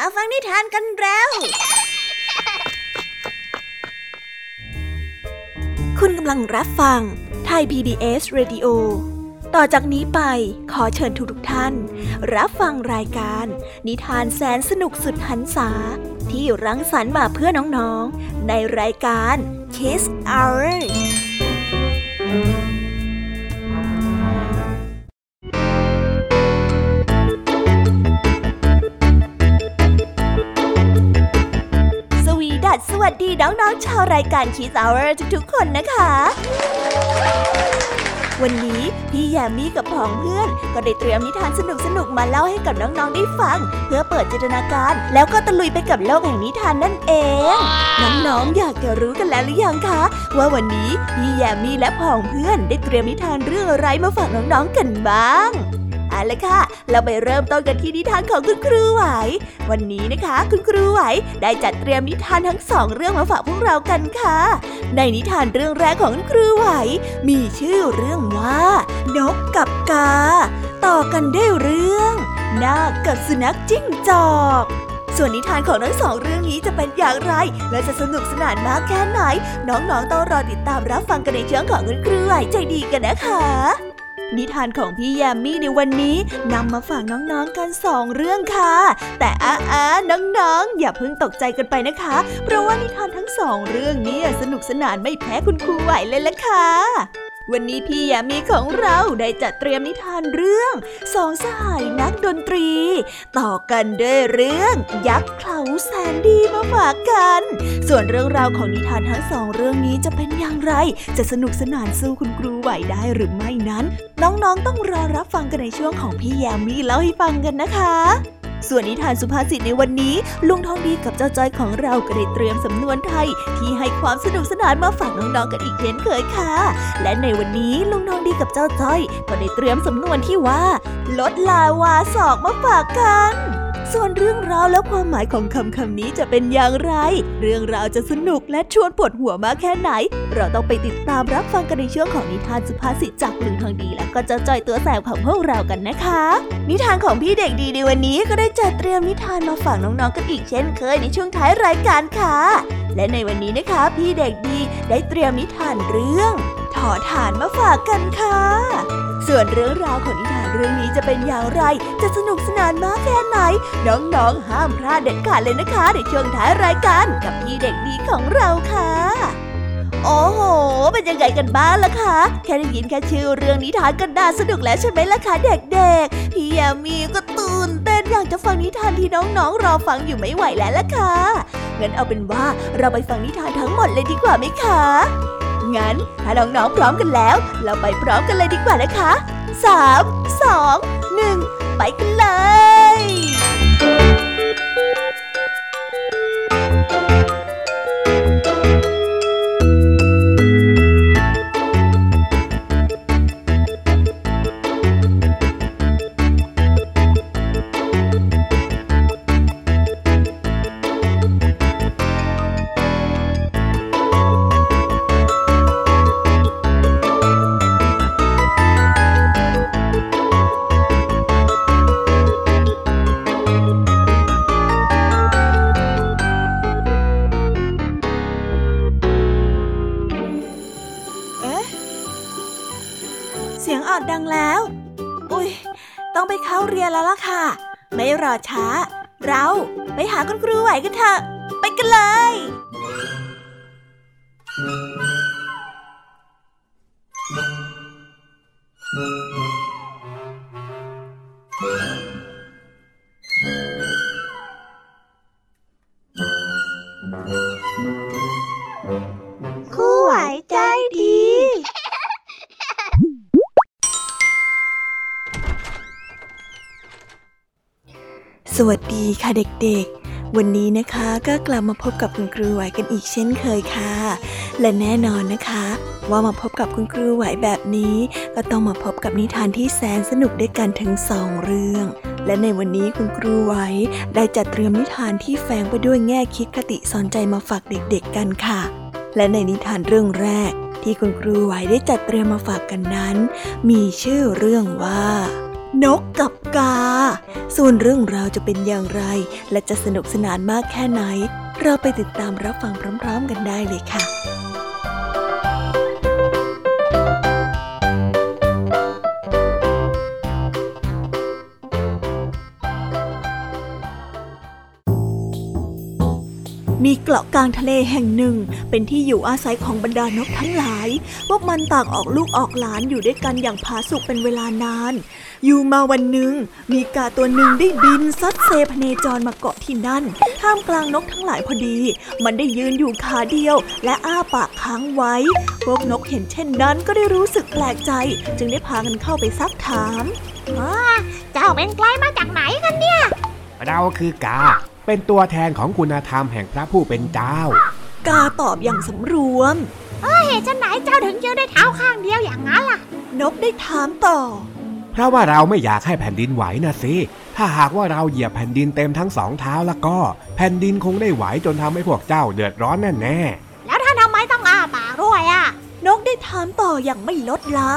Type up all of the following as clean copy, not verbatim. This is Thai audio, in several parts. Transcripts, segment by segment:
ฟังนิทานกันแล้วคุณกำลังรับฟังไทย PBS Radio ต่อจากนี้ไปขอเชิญทุกท่านรับฟังรายการนิทานแสนสนุกสุดหรรษาที่รังสรรค์มาเพื่อน้องๆในรายการ Kids Hourสวัสดีน้องๆชาวรายการ Kids Hour ทุกๆคนนะคะวันนี้พี่แยมมี่กับพ้องเพื่อนก็ได้เตรียมนิทานสนุกๆมาเล่าให้กับน้องๆได้ฟังเพื่อเปิดจินตนาการแล้วก็ตะลุยไปกับโลกแห่งนิทานนั่นเองน้องๆอยากจะรู้กันแล้วหรือยังคะว่าวันนี้พี่แยมมี่และพ้องเพื่อนได้เตรียมนิทานเรื่องอะไรมาฝากน้องๆกันบ้างเอาล่ะค่ะเราไปเริ่มต้นกันที่นิทานของคุณครูไหววันนี้นะคะคุณครูไหวได้จัดเตรียมนิทานทั้ง2เรื่องมาฝากพวกเรากันค่ะในนิทานเรื่องแรกของคุณครูไหวมีชื่อเรื่องว่านกกับกาต่อกันด้วยเรื่องนาคกับสุนัขจิ้งจอกส่วนนิทานของทั้ง2เรื่องนี้จะเป็นอย่างไรและจะสนุกสนานมากแค่ไหนน้องๆต้องรอติดตามรับฟังกันในช่วงของคุณครูไหวใจดีกันนะคะนิทานของพี่แยมมี่ในวันนี้นำมาฝากน้องๆกัน2เรื่องค่ะแต่น้องๆอย่าเพิ่งตกใจกันไปนะคะเพราะว่านิทานทั้ง2เรื่องนี้สนุกสนานไม่แพ้คุณครูไหวเลยล่ะค่ะวันนี้พี่แยมมี่ของเราได้จัดเตรียมนิทานเรื่อง2สหายนักดนตรีต่อกันด้วยเรื่องยักษ์เขาแสนดีมาฝากกันส่วนเรื่องราวของนิทานทั้ง2เรื่องนี้จะเป็นอย่างไรจะสนุกสนานสู้คุณครูไหวได้หรือไม่นั้นน้องๆต้องรอรับฟังกันในช่วงของพี่แยมมี่เล่าให้ฟังกันนะคะส่วนนิทานสุภาษิตในวันนี้ลุงทองดีกับเจ้าจ้อยของเราก็ได้เตรียมสำนวนไทยที่ให้ความสนุกสนานมาฝากน้องๆกันอีกเช่นเคยค่ะและในวันนี้ลุงทองดีกับเจ้าจ้อยก็ได้เตรียมสำนวนที่ว่าลดลาวาศอกมาฝากกันส่วนเรื่องราวและความหมายของคำนี้จะเป็นอย่างไรเรื่องราวจะสนุกและชวนปวดหัวมากแค่ไหนเราต้องไปติดตามรับฟังกันในช่วงของนิทานสุภาษิตจากลุงทองดีและก็เจ้าจ้อยตัวแสบของพวกเรากันนะคะนิทานของพี่เด็กดีในวันนี้ก็ได้จัดเตรียมนิทานมาฝากน้องๆกันอีกเช่นเคยในช่วงท้ายรายการค่ะและในวันนี้นะคะพี่เด็กดีได้เตรียมนิทานเรื่องถอถ่านมาฝากกันค่ะส่วนเรื่องราวของนิทานเรื่องนี้จะเป็นอย่างไรจะสนุกสนานมากแค่ไหนน้องๆห้ามพลาดเด็ดขาดเลยนะคะในช่วงท้ายรายการกับพี่เด็กดีของเราค่ะโอ้โหเป็นยังไงกันบ้างล่ะคะแค่ได้ยินแค่ชื่อเรื่องนิทานก็น่าสนุกแล้วใช่ไหมล่ะคะเด็กๆพี่แยมมี่ก็ตื่นเต้นอยากจะฟังนิทานที่น้องๆรอฟังอยู่ไม่ไหวแล้วล่ะค่ะงั้นเอาเป็นว่าเราไปฟังนิทานทั้งหมดเลยดีกว่าไหมคะงั้นถ้าน้องๆพร้อมกันแล้วเราไปพร้อมกันเลยดีกว่านะคะ3 2 1ไปกันเลยดังแล้วต้องไปเข้าเรียนแล้วล่ะค่ะไม่รอช้าเราไปหาคุณครูไหวกันเถอะไปกันเลยครูไหวใจดีสวัสดีค่ะเด็กๆวันนี้นะคะก็กลับมาพบกับคุณครูไหวกันอีกเช่นเคยค่ะและแน่นอนนะคะว่ามาพบกับคุณครูไหวแบบนี้ก็ต้องมาพบกับนิทานที่แสนสนุกด้วยกันถึง2เรื่องและในวันนี้คุณครูไหวได้จัดเตรียมนิทานที่แฝงไปด้วยแง่คิดคติสอนใจมาฝากเด็กๆกันค่ะและในนิทานเรื่องแรกที่คุณครูไหวได้จัดเตรียมมาฝากกันนั้นมีชื่อเรื่องว่านนกกับกาส่วนเรื่องราวจะเป็นอย่างไรและจะสนุกสนานมากแค่ไหนเราไปติดตามรับฟังพร้อมๆกันได้เลยค่ะมีเกาะกลางทะเลแห่งหนึ่งเป็นที่อยู่อาศัยของบรรดานกทั้งหลายพวกมันต่างออกลูกออกหลานอยู่ด้วยกันอย่างผาสุกเป็นเวลานานอยู่มาวันหนึ่งมีกาตัวหนึ่งได้บินซัดเซพเนจรมาเกาะที่นั่นท่ามกลางนกทั้งหลายพอดีมันได้ยืนอยู่ขาเดียวและอ้าปากค้างไว้พวกนกเห็นเช่นนั้นก็ได้รู้สึกแปลกใจจึงได้พากันเข้าไปซักถามเจ้าเป็นใครมาจากไหนกันเนี่ยเราคือกาเป็นตัวแทนของคุณธรรมแห่งพระผู้เป็นเจ้ากาตอบอย่างสำรวมเหตุไหนเจ้าถึงยืนด้วยเท้าข้างเดียวอย่างนั้นล่ะนกได้ถามต่อเพราะว่าเราไม่อยากให้แผ่นดินไหวนะสิถ้าหากว่าเราเหยียบแผ่นดินเต็มทั้งสองเท้าแล้วก็แผ่นดินคงได้ไหวจนทำให้พวกเจ้าเดือดร้อนแน่ๆแล้วท่านทำไมต้องอ้าปากด้วยนกได้ถามต่ออย่างไม่ลดละ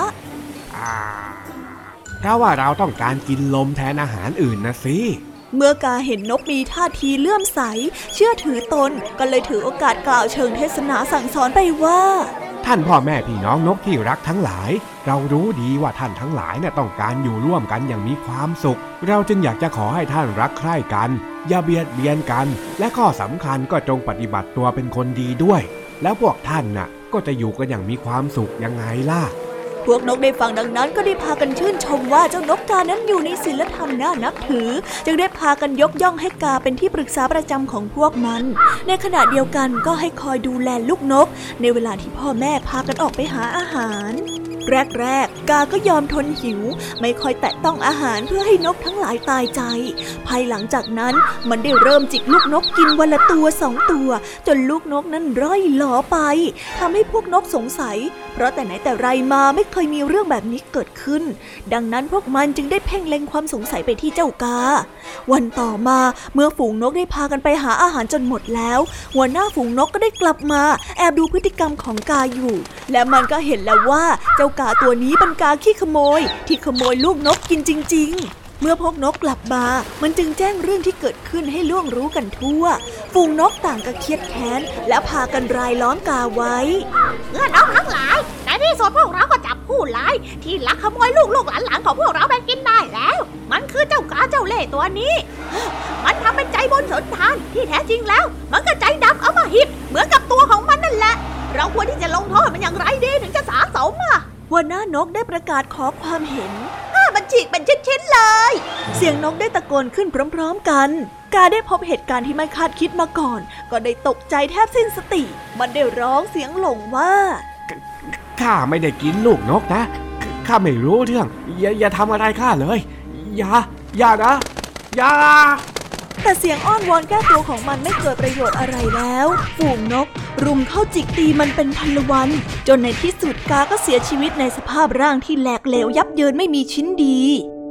เพราะว่าเราต้องการกินลมแทนอาหารอื่นนะสิเมื่อกาเห็นนกมีท่าทีเลื่อมใสเชื่อถือตนก็เลยถือโอกาสกล่าวเชิงเทศนาสั่งสอนไปว่าท่านพ่อแม่พี่น้องนกที่รักทั้งหลายเรารู้ดีว่าท่านทั้งหลายต้องการอยู่ร่วมกันอย่างมีความสุขเราจึงอยากจะขอให้ท่านรักใคร่กันอย่าเบียดเบียนกันและข้อสำคัญก็จงปฏิบัติตัวเป็นคนดีด้วยแล้วพวกท่านก็จะอยู่กันอย่างมีความสุขยังไงล่ะพวกนกได้ฟังดังนั้นก็ได้พากันชื่นชมว่าเจ้านกกานั้นอยู่ในศีลธรรมน่านับถือจึงได้พากันยกย่องให้กาเป็นที่ปรึกษาประจำของพวกมันในขณะเดียวกันก็ให้คอยดูแลลูกนกในเวลาที่พ่อแม่พากันออกไปหาอาหารแรกกาก็ยอมทนหิวไม่ค่อยแตะต้องอาหารเพื่อให้นกทั้งหลายตายใจภายหลังจากนั้นมันได้เริ่มจิกลูกนกกินวันละตัว2ตัวจนลูกนกนั้นร่อยหลอไปทำให้พวกนกสงสัยเพราะแต่ไหนแต่ไรมาไม่เคยมีเรื่องแบบนี้เกิดขึ้นดังนั้นพวกมันจึงได้เพ่งเล็งความสงสัยไปที่เจ้ากาวันต่อมาเมื่อฝูงนกได้พากันไปหาอาหารจนหมดแล้วหัวหน้าฝูงนกก็ได้กลับมาแอบดูพฤติกรรมของกาอยู่และมันก็เห็นแล้วว่าเจ้ากาตัวนี้เป็นกาขี้ขโมยที่ขโมยลูกนกกินจริงๆเมื่อพวกนกกลับมามันจึงแจ้งเรื่องที่เกิดขึ้นให้ล่วงรู้กันทั่วฝูงนกต่างก็เครียดแค้นและพากันรายล้อมกาไว้เมื่อน้องทั้งหลายในที่สุดพวกเราก็จับผู้ร้ายที่ลักขโมยลูกหลานของพวกเราไปกินได้แล้วมันคือเจ้ากาเจ้าเล่ห์ตัวนี้มันทำเป็นใจบุญสุนทานที่แท้จริงแล้วมันก็ใจดำเอามาหิดเหมือนกับตัวของมันนั่นแหละเราควรที่จะลงโทษมันอย่างไรดีถึงจะสาสมหัวหน้านกได้ประกาศขอความเห็นมันฉีกเป็นชิ้นๆเลยเสียงนกได้ตะโกนขึ้นพร้อมๆกันกาได้พบเหตุการณ์ที่ไม่คาดคิดมาก่อนก็ได้ตกใจแทบสิ้นสติมันได้ร้องเสียงหลงว่าข้าไม่ได้กินลูกนกนะข้าไม่รู้เรื่องอย่าทำอะไรข้าเลยอย่านะอย่าแต่เสียงอ้อนวอนแก้ตัวของมันไม่เกิดประโยชน์อะไรแล้วฝูงนกรุมเข้าจิกตีมันเป็นพันละวันจนในที่สุดกาก็เสียชีวิตในสภาพร่างที่แหลกเหลวยับเยินไม่มีชิ้นดี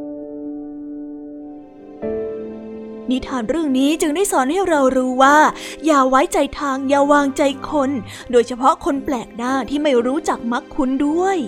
นิทานเรื่องนี้จึงได้สอนให้เรารู้ว่าอย่าไว้ใจทางอย่าวางใจคนโดยเฉพาะคนแปลกหน้าที่ไม่รู้จักมักคุ้นด้วย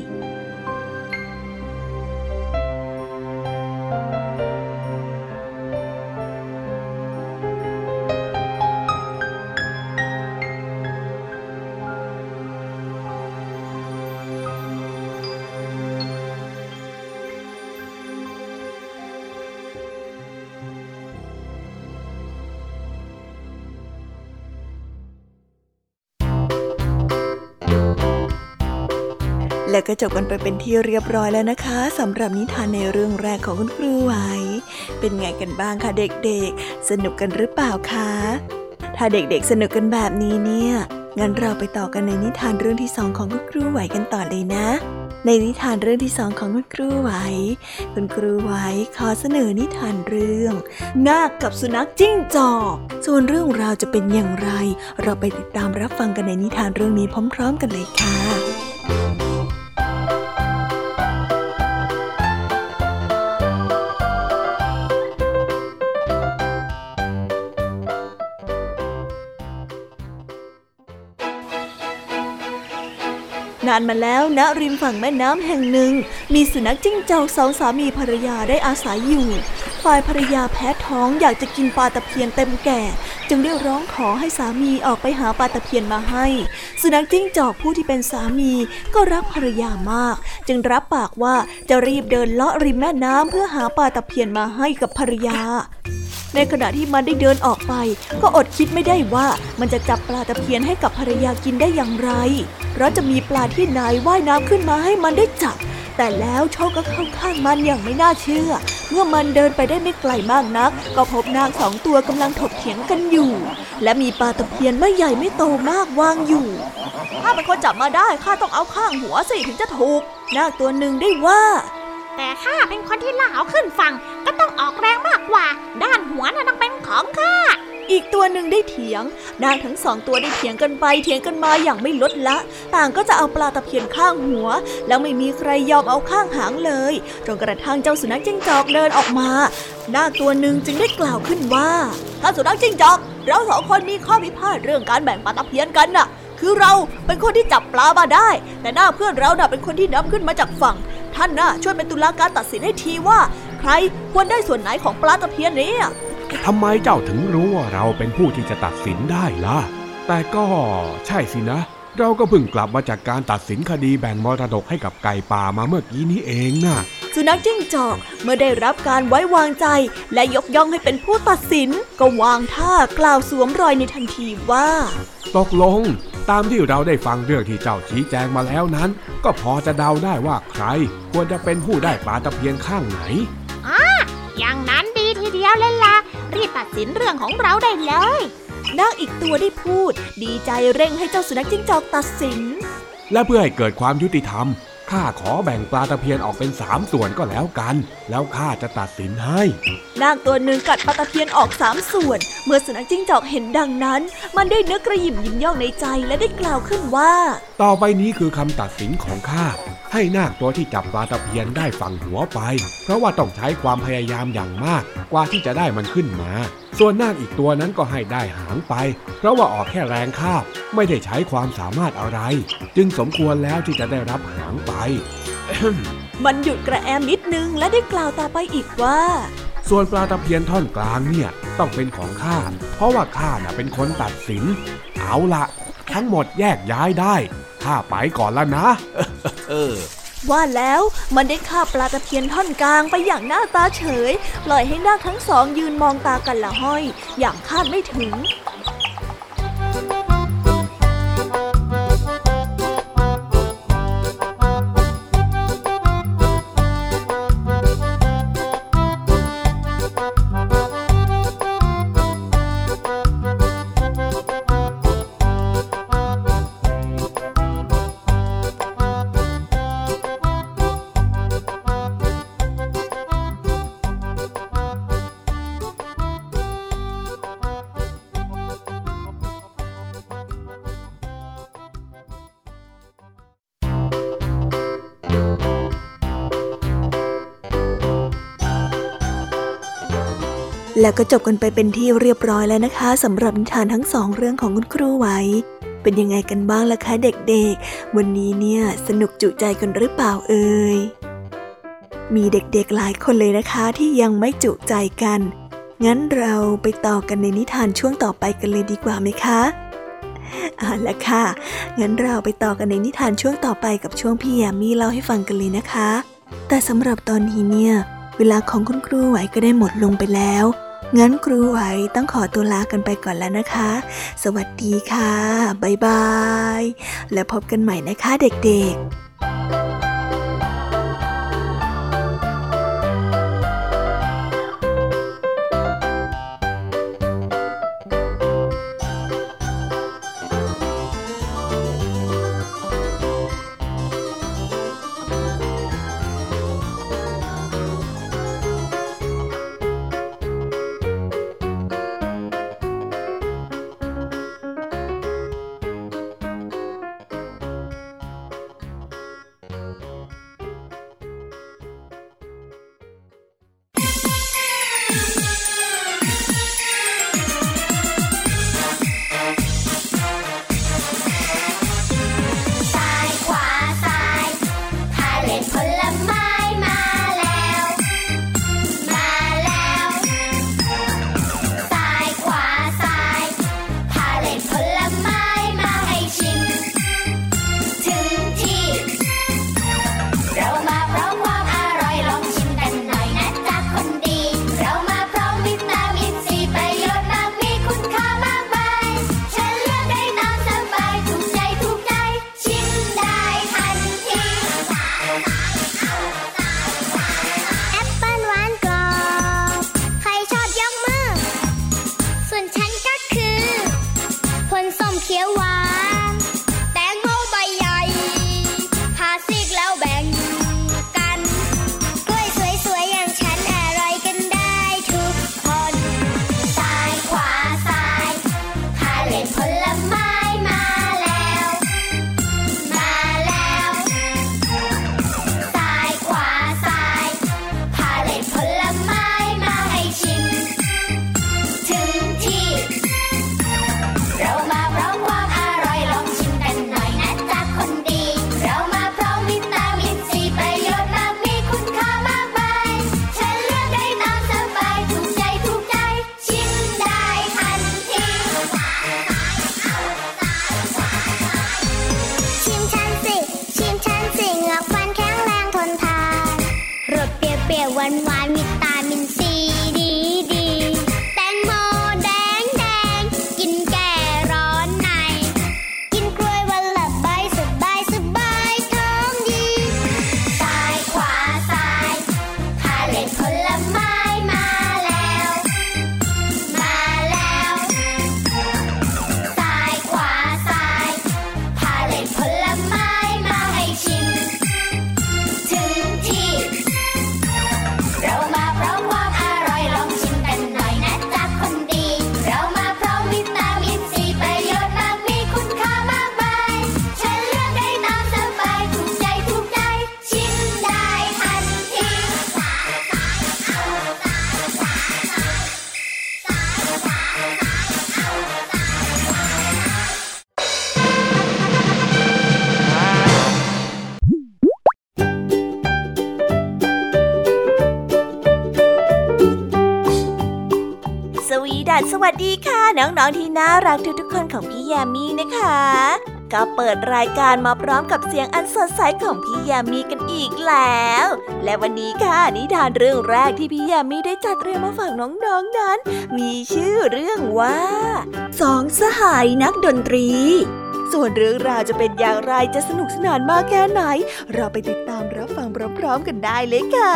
แล้วก็จบกันไปเป็นที่เรียบร้อยแล้วนะคะสำหรับนิทานในเรื่องแรกของคุณครูไหวเป็นไงกันบ้างคะเด็กๆสนุกกันหรือเปล่าคะถ้าเด็กๆสนุกกันแบบนี้เนี่ยงั้นเราไปต่อกันในนิทานเรื่องที่2ของคุณครูไหวกันต่อเลยนะในนิทานเรื่องที่2ของคุณครูไหวคุณครูไหวขอเสนอนิทานเรื่องนาคกับสุนัขจิ้งจอกส่วนเรื่องราวจะเป็นอย่างไรเราไปติดตามรับฟังกันในนิทานเรื่องนี้พร้อมๆกันเลยค่ะนานมาแล้วณริมฝั่งแม่น้ำแห่งหนึ่งมีสุนัขจิ้งจอกสองสามีภรรยาได้อาศัยอยู่ฝ่ายภรรยาแพ้ท้องอยากจะกินปลาตะเพียนเต็มแก่จึงได้ร้องขอให้สามีออกไปหาปลาตะเพียนมาให้สุนัขจิ้งจอกผู้ที่เป็นสามีก็รักภรรยามากจึงรับปากว่าจะรีบเดินเลาะริมแม่น้ำเพื่อหาปลาตะเพียนมาให้กับภรรยาในขณะที่มันได้เดินออกไปก็อดคิดไม่ได้ว่ามันจะจับปลาตะเพียนให้กับภรรยากินได้อย่างไรเพราะจะมีปลาที่ไหนว่ายน้ำขึ้นมาให้มันได้จับแต่แล้วโชคก็เข้าข้างมันอย่างไม่น่าเชื่อเมื่อมันเดินไปได้ไม่ไกลมากนักก็พบนางสองตัวกำลังถกเถียงกันอยู่และมีปลาตะเพียนไม่ใหญ่ไม่โตมากวางอยู่ถ้าเป็นคนจับมาได้ข้าต้องเอาข้างหัวสิถึงจะถูกนาคตัวหนึ่งได้ว่าแต่ข้าเป็นคนที่ลากเอาขึ้นฝั่งก็ต้องออกแรงมากกว่าด้านหัวน่ะต้องเป็นของข้าอีกตัวหนึ่งได้เถียงนางทั้งสองตัวได้เถียงกันไปเถียงกันมาอย่างไม่ลดละต่างก็จะเอาปลาตะเพียนข้างหัวแล้วไม่มีใครยอมเอาข้างหางเลยจนกระทั่งเจ้าสุนัขจิ้งจอกเดินออกมานาคตัวหนึ่งจึงได้กล่าวขึ้นว่าท่านสุนัขจิ้งจอกเราสองคนมีข้อพิพาทเรื่องการแบ่งปลาตะเพียนกันน่ะคือเราเป็นคนที่จับปลามาได้แต่นาคเพื่อนเราน่ะเป็นคนที่นำขึ้นมาจากฝั่งท่านน่ะช่วยเป็นตุลาการตัดสินให้ทีว่าใครควรได้ส่วนไหนของปลาตะเพียนนี้ทำไมเจ้าถึงรู้ว่าเราเป็นผู้ที่จะตัดสินได้ล่ะแต่ก็ใช่สินะเราก็เพิ่งกลับมาจากการตัดสินคดีแบ่งมรดกให้กับไก่ป่ามาเมื่อกี้นี้เองนะสุนัขจิ้งจอกเมื่อได้รับการไว้วางใจและยกย่องให้เป็นผู้ตัดสินก็วางท่ากล่าวสวมรอยในทันทีว่าตกลงตามที่เราได้ฟังเรื่องที่เจ้าชี้แจงมาแล้วนั้นก็พอจะเดาได้ว่าใครควรจะเป็นผู้ได้ปลาตะเพียนข้างไหนอย่างนั้นดีทีเดียวเลยล่ะรีบตัดสินเรื่องของเราได้เลยนาคอีกตัวได้พูดดีใจเร่งให้เจ้าสุนัขจิ้งจอกตัดสินและเพื่อให้เกิดความยุติธรรมข้าขอแบ่งปลาตะเพียนออกเป็น3ส่วนก็แล้วกันแล้วข้าจะตัดสินให้นาคตัวหนึ่งกัดปลาตะเพียนออก3ส่วนเมื่อสุนัขจิ้งจอกเห็นดังนั้นมันได้นึกกระหยิ่มยิ้มย่องในใจและได้กล่าวขึ้นว่าต่อไปนี้คือคำตัดสินของข้าให้นาคตัวที่จับปลาตะเพียนได้ฝั่งหัวไปเพราะว่าต้องใช้ความพยายามอย่างมากกว่าที่จะได้มันขึ้นมาส่วนนาคอีกตัวนั้นก็ให้ได้หางไปเพราะว่าออกแค่แรงคาบไม่ได้ใช้ความสามารถอะไรจึงสมควรแล้วที่จะได้รับหางไปมันหยุดกระแอมนิดนึงและได้กล่าวต่อไปอีกว่าส่วนปลาตะเพียนท่อนกลางเนี่ยต้องเป็นของข้าเพราะว่าข้าน่ะเป็นคนตัดสินเอาละทั้งหมดแยกย้ายได้ข้าไปก่อนแล้วนะว่าแล้วมันได้ฆ่าปลาตะเพียนท่อนกลางไปอย่างหน้าตาเฉยปล่อยให้นาคทั้งสองยืนมองตากันละห้อยอย่างคาดไม่ถึงแล้วก็จบกันไปเป็นที่เรียบร้อยแล้วนะคะสำหรับนิทานทั้ง2เรื่องของคุณครูไหวเป็นยังไงกันบ้างล่ะคะเด็กๆวันนี้เนี่ยสนุกจุใจกันหรือเปล่าเอ่ยมีเด็กๆหลายคนเลยนะคะที่ยังไม่จุใจกันงั้นเราไปต่อกันในนิทานช่วงต่อไปกันเลยดีกว่าไหมคะเอาล่ะค่ะงั้นเราไปต่อกันในนิทานช่วงต่อไปกับช่วงพี่แยมมี่เล่าให้ฟังกันเลยนะคะแต่สำหรับตอนนี้เนี่ยเวลาของคุณครูไหวก็ได้หมดลงไปแล้วงั้นครูไหวต้องขอตัวลากันไปก่อนแล้วนะคะสวัสดีค่ะบ๊ายบายแล้วพบกันใหม่นะคะเด็กๆสวีดัสสวัสดีค่ะน้องๆที่น่ารักทุกๆคนของพี่ยามีนะคะก็เปิดรายการมาพร้อมกับเสียงอันสดใสของพี่ยามีกันอีกแล้วและวันนี้ค่ะนิทานเรื่องแรกที่พี่ยามีได้จัดเตรียมมาฝากน้องๆนั้นมีชื่อเรื่องว่าสองสหายนักดนตรีส่วนเรื่องราวจะเป็นอย่างไรจะสนุกสนานมากแค่ไหนเราไปติดตามรับฟังพร้อมๆกันได้เลยค่ะ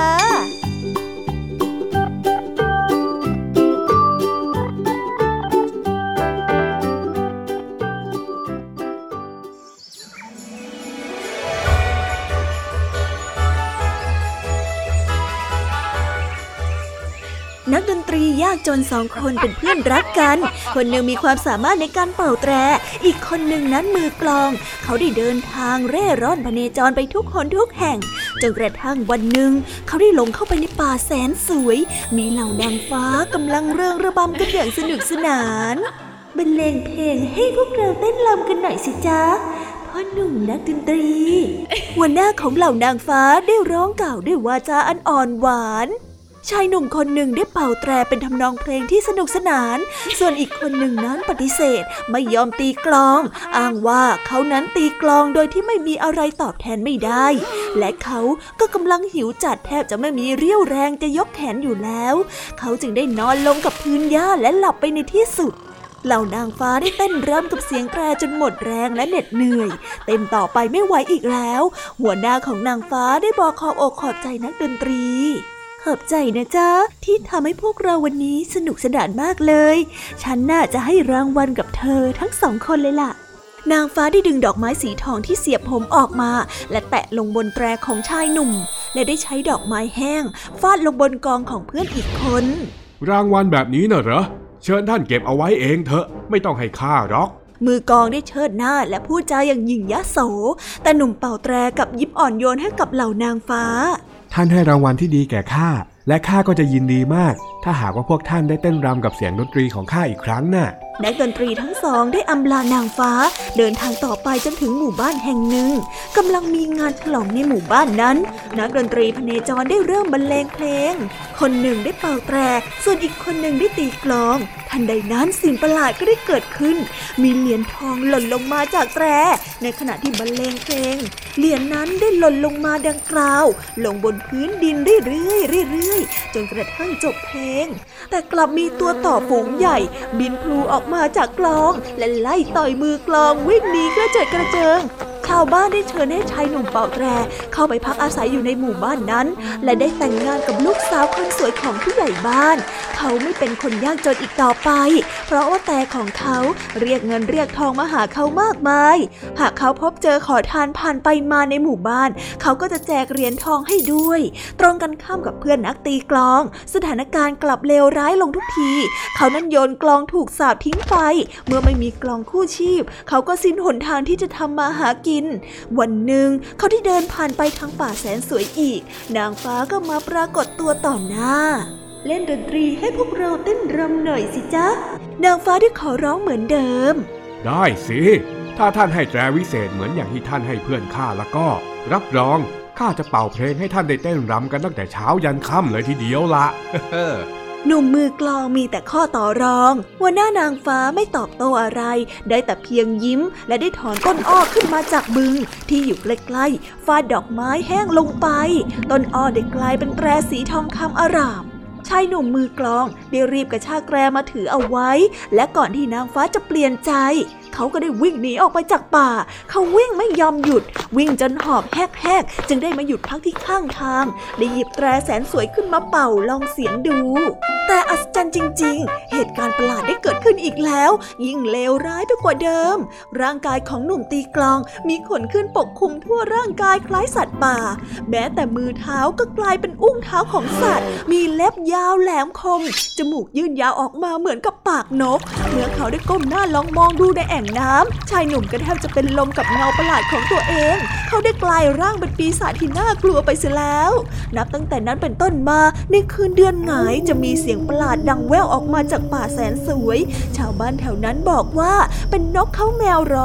นักดนตรียากจนสองคนเป็นเพื่อนรักกันคนหนึ่งมีความสามารถในการเป่าแตรอีกคนหนึ่งนั้นมือกลองเขาได้เดินทางเร่ร่อนพเนจรไปทุกคนทุกแห่งจนกระทั่งวันหนึ่งเขาได้หลงเข้าไปในป่าแสนสวยมีเหล่านางฟ้ากำลังเริงระบำกันอย่างสนุกสนานบรรเลงเพลงให้พวกเราเต้นรำกันหน่อยสิจ๊ะพ่อหนุ่มนักดนตรีหัวหน้าของเหล่านางฟ้าได้ร้องกล่าวด้วยวาจาอันอ่อนหวานชายหนุ่มคนหนึ่งได้เป่าแตรเป็นทำนองเพลงที่สนุกสนานส่วนอีกคนหนึ่งนั้นปฏิเสธไม่ยอมตีกลองอ้างว่าเขานั้นตีกลองโดยที่ไม่มีอะไรตอบแทนไม่ได้และเขาก็กำลังหิวจัดแทบจะไม่มีเรี่ยวแรงจะยกแขนอยู่แล้วเขาจึงได้นอนลงกับพื้นหญ้าและหลับไปในที่สุดเหล่านางฟ้าได้เต้นรำกับเสียงแตรจนหมดแรงและเหน็ดเหนื่อยเต้นต่อไปไม่ไหวอีกแล้วหัวหน้าของนางฟ้าได้บอกขอบอกขอบใจนักดนตรีขอบใจนะจ๊ะที่ทำให้พวกเราวันนี้สนุกสนานมากเลยฉันน่าจะให้รางวัลกับเธอทั้งสองคนเลยล่ะนางฟ้าได้ดึงดอกไม้สีทองที่เสียบผมออกมาและแตะลงบนแตรของชายหนุ่มและได้ใช้ดอกไม้แห้งฟาดลงบนกองของเพื่อนอีกคนรางวัลแบบนี้น่ะเหรอเชิญท่านเก็บเอาไว้เองเถอะไม่ต้องให้ข้าหรอกมือกองได้เชิดหน้าและพูดจาอย่างหยิ่งยโสแต่หนุ่มเป่าแตรกับยิ้มอ่อนโยนให้กับเหล่านางฟ้าท่านให้รางวัลที่ดีแก่ข้าและข้าก็จะยินดีมากถ้าหากว่าพวกท่านได้เต้นรำกับเสียงดนตรีของข้าอีกครั้งน่ะนักดนตรีทั้งสองได้อำลานางฟ้าเดินทางต่อไปจนถึงหมู่บ้านแห่งหนึ่งกำลังมีงานฉลองในหมู่บ้านนั้นนักดนตรีพเนจรได้เริ่มบรรเลงเพลงคนหนึ่งได้เป่าแตรส่วนอีกคนหนึ่งได้ตีกลองทันใดนั้นสิ่งประหลาดก็ได้เกิดขึ้นมีเหรียญทองหล่นลงมาจากแตรในขณะที่บรรเลงเพลงเหรียญนั้นได้หล่นลงมาดังกล่าวลงบนพื้นดินเรื่อยๆจนกระทั่งจบเพลงแต่กลับมีตัวต่อฝูงใหญ่บินพลูออกมาจากกลองและไล่ต่อยมือกลองวิ่งหนีกระเจิดกระเจิงชาวบ้านได้เชิญให้ชายหนุ่มเป่าแตรเข้าไปพักอาศัยอยู่ในหมู่บ้านนั้นและได้แต่งงานกับลูกสาวคนสวยของผู้ใหญ่บ้านเขาไม่เป็นคนยากจนอีกต่อไปเพราะว่าแต่ของเขาเรียกเงินเรียกทองมาหาเขามากมายหากเขาพบเจอขอทานผ่านไปมาในหมู่บ้านเขาก็จะแจกเหรียญทองให้ด้วยตรงกันข้ามกับเพื่อนนักตีกลองสถานการณ์กลับเลวร้ายลงทุกทีเขานั้นโยนกลองถูกสาปทิ้งไปเมื่อไม่มีกลองคู่ชีพเขาก็สิ้นหนทางที่จะทำมาหากินวันหนึ่งเขาได้เดินผ่านไปทางป่าแสนสวยอีกนางฟ้าก็มาปรากฏตัวต่อหน้าเล่นดนตรีให้พวกเราเต้นรำหน่อยสิจ๊ะนางฟ้าได้ขอร้องเหมือนเดิมได้สิถ้าท่านให้แตรวิเศษเหมือนอย่างที่ท่านให้เพื่อนข้าแล้วก็รับรองข้าจะเป่าเพลงให้ท่านได้เต้นรำกันตั้งแต่เช้ายันค่ำเลยทีเดียวละหนุ่มมือกลองมีแต่ข้อต่อรองหัวหน้านางฟ้าไม่ตอบโต้อะไรได้แต่เพียงยิ้มและได้ถอนต้นอ้อขึ้นมาจากบึงที่อยู่ใกล้ๆฟาดดอกไม้แห้งลงไปต้นอ้อได้กลายเป็นแตรสีทองคำอร่ามชายหนุ่มมือกลองได้รีบกระชากแตรมาถือเอาไว้และก่อนที่นางฟ้าจะเปลี่ยนใจเขาก็ได้วิ่งหนีออกไปจากป่าเขาวิ่งไม่ยอมหยุดวิ่งจนหอบแหกๆจึงได้มาหยุดพักที่ข้างทางได้หยิบแตรแสนสวยขึ้นมาเป่าลองเสียงดูแต่อัศจรรย์จริงๆเหตุการณ์ประหลาดได้เกิดขึ้นอีกแล้วยิ่งเลวร้ายไปกว่าเดิมร่างกายของหนุ่มตีกลองมีขนขึ้นปกคลุมทั่วร่างกายคล้ายสัตว์ป่าแม้แต่มือเท้าก็กลายเป็นอุ้งเท้าของสัตว์มีเล็บยาวแหลมคมจมูกยื่นยาวออกมาเหมือนกับปากนกเมื่อเขาได้ก้มหน้าลองมองดูในแอ่งน้ำชายหนุ่มก็แทบจะเป็นลมกับเงาประหลาดของตัวเองเขาได้กลายร่างเป็นปีศาจที่น่ากลัวไปเสียแล้วนับตั้งแต่นั้นเป็นต้นมาในคืนเดือนหงายจะมีเสียงประหลาดดังแว่วออกมาจากป่าแสนสวยชาวบ้านแถวนั้นบอกว่าเป็นนกเขาแมวร้อง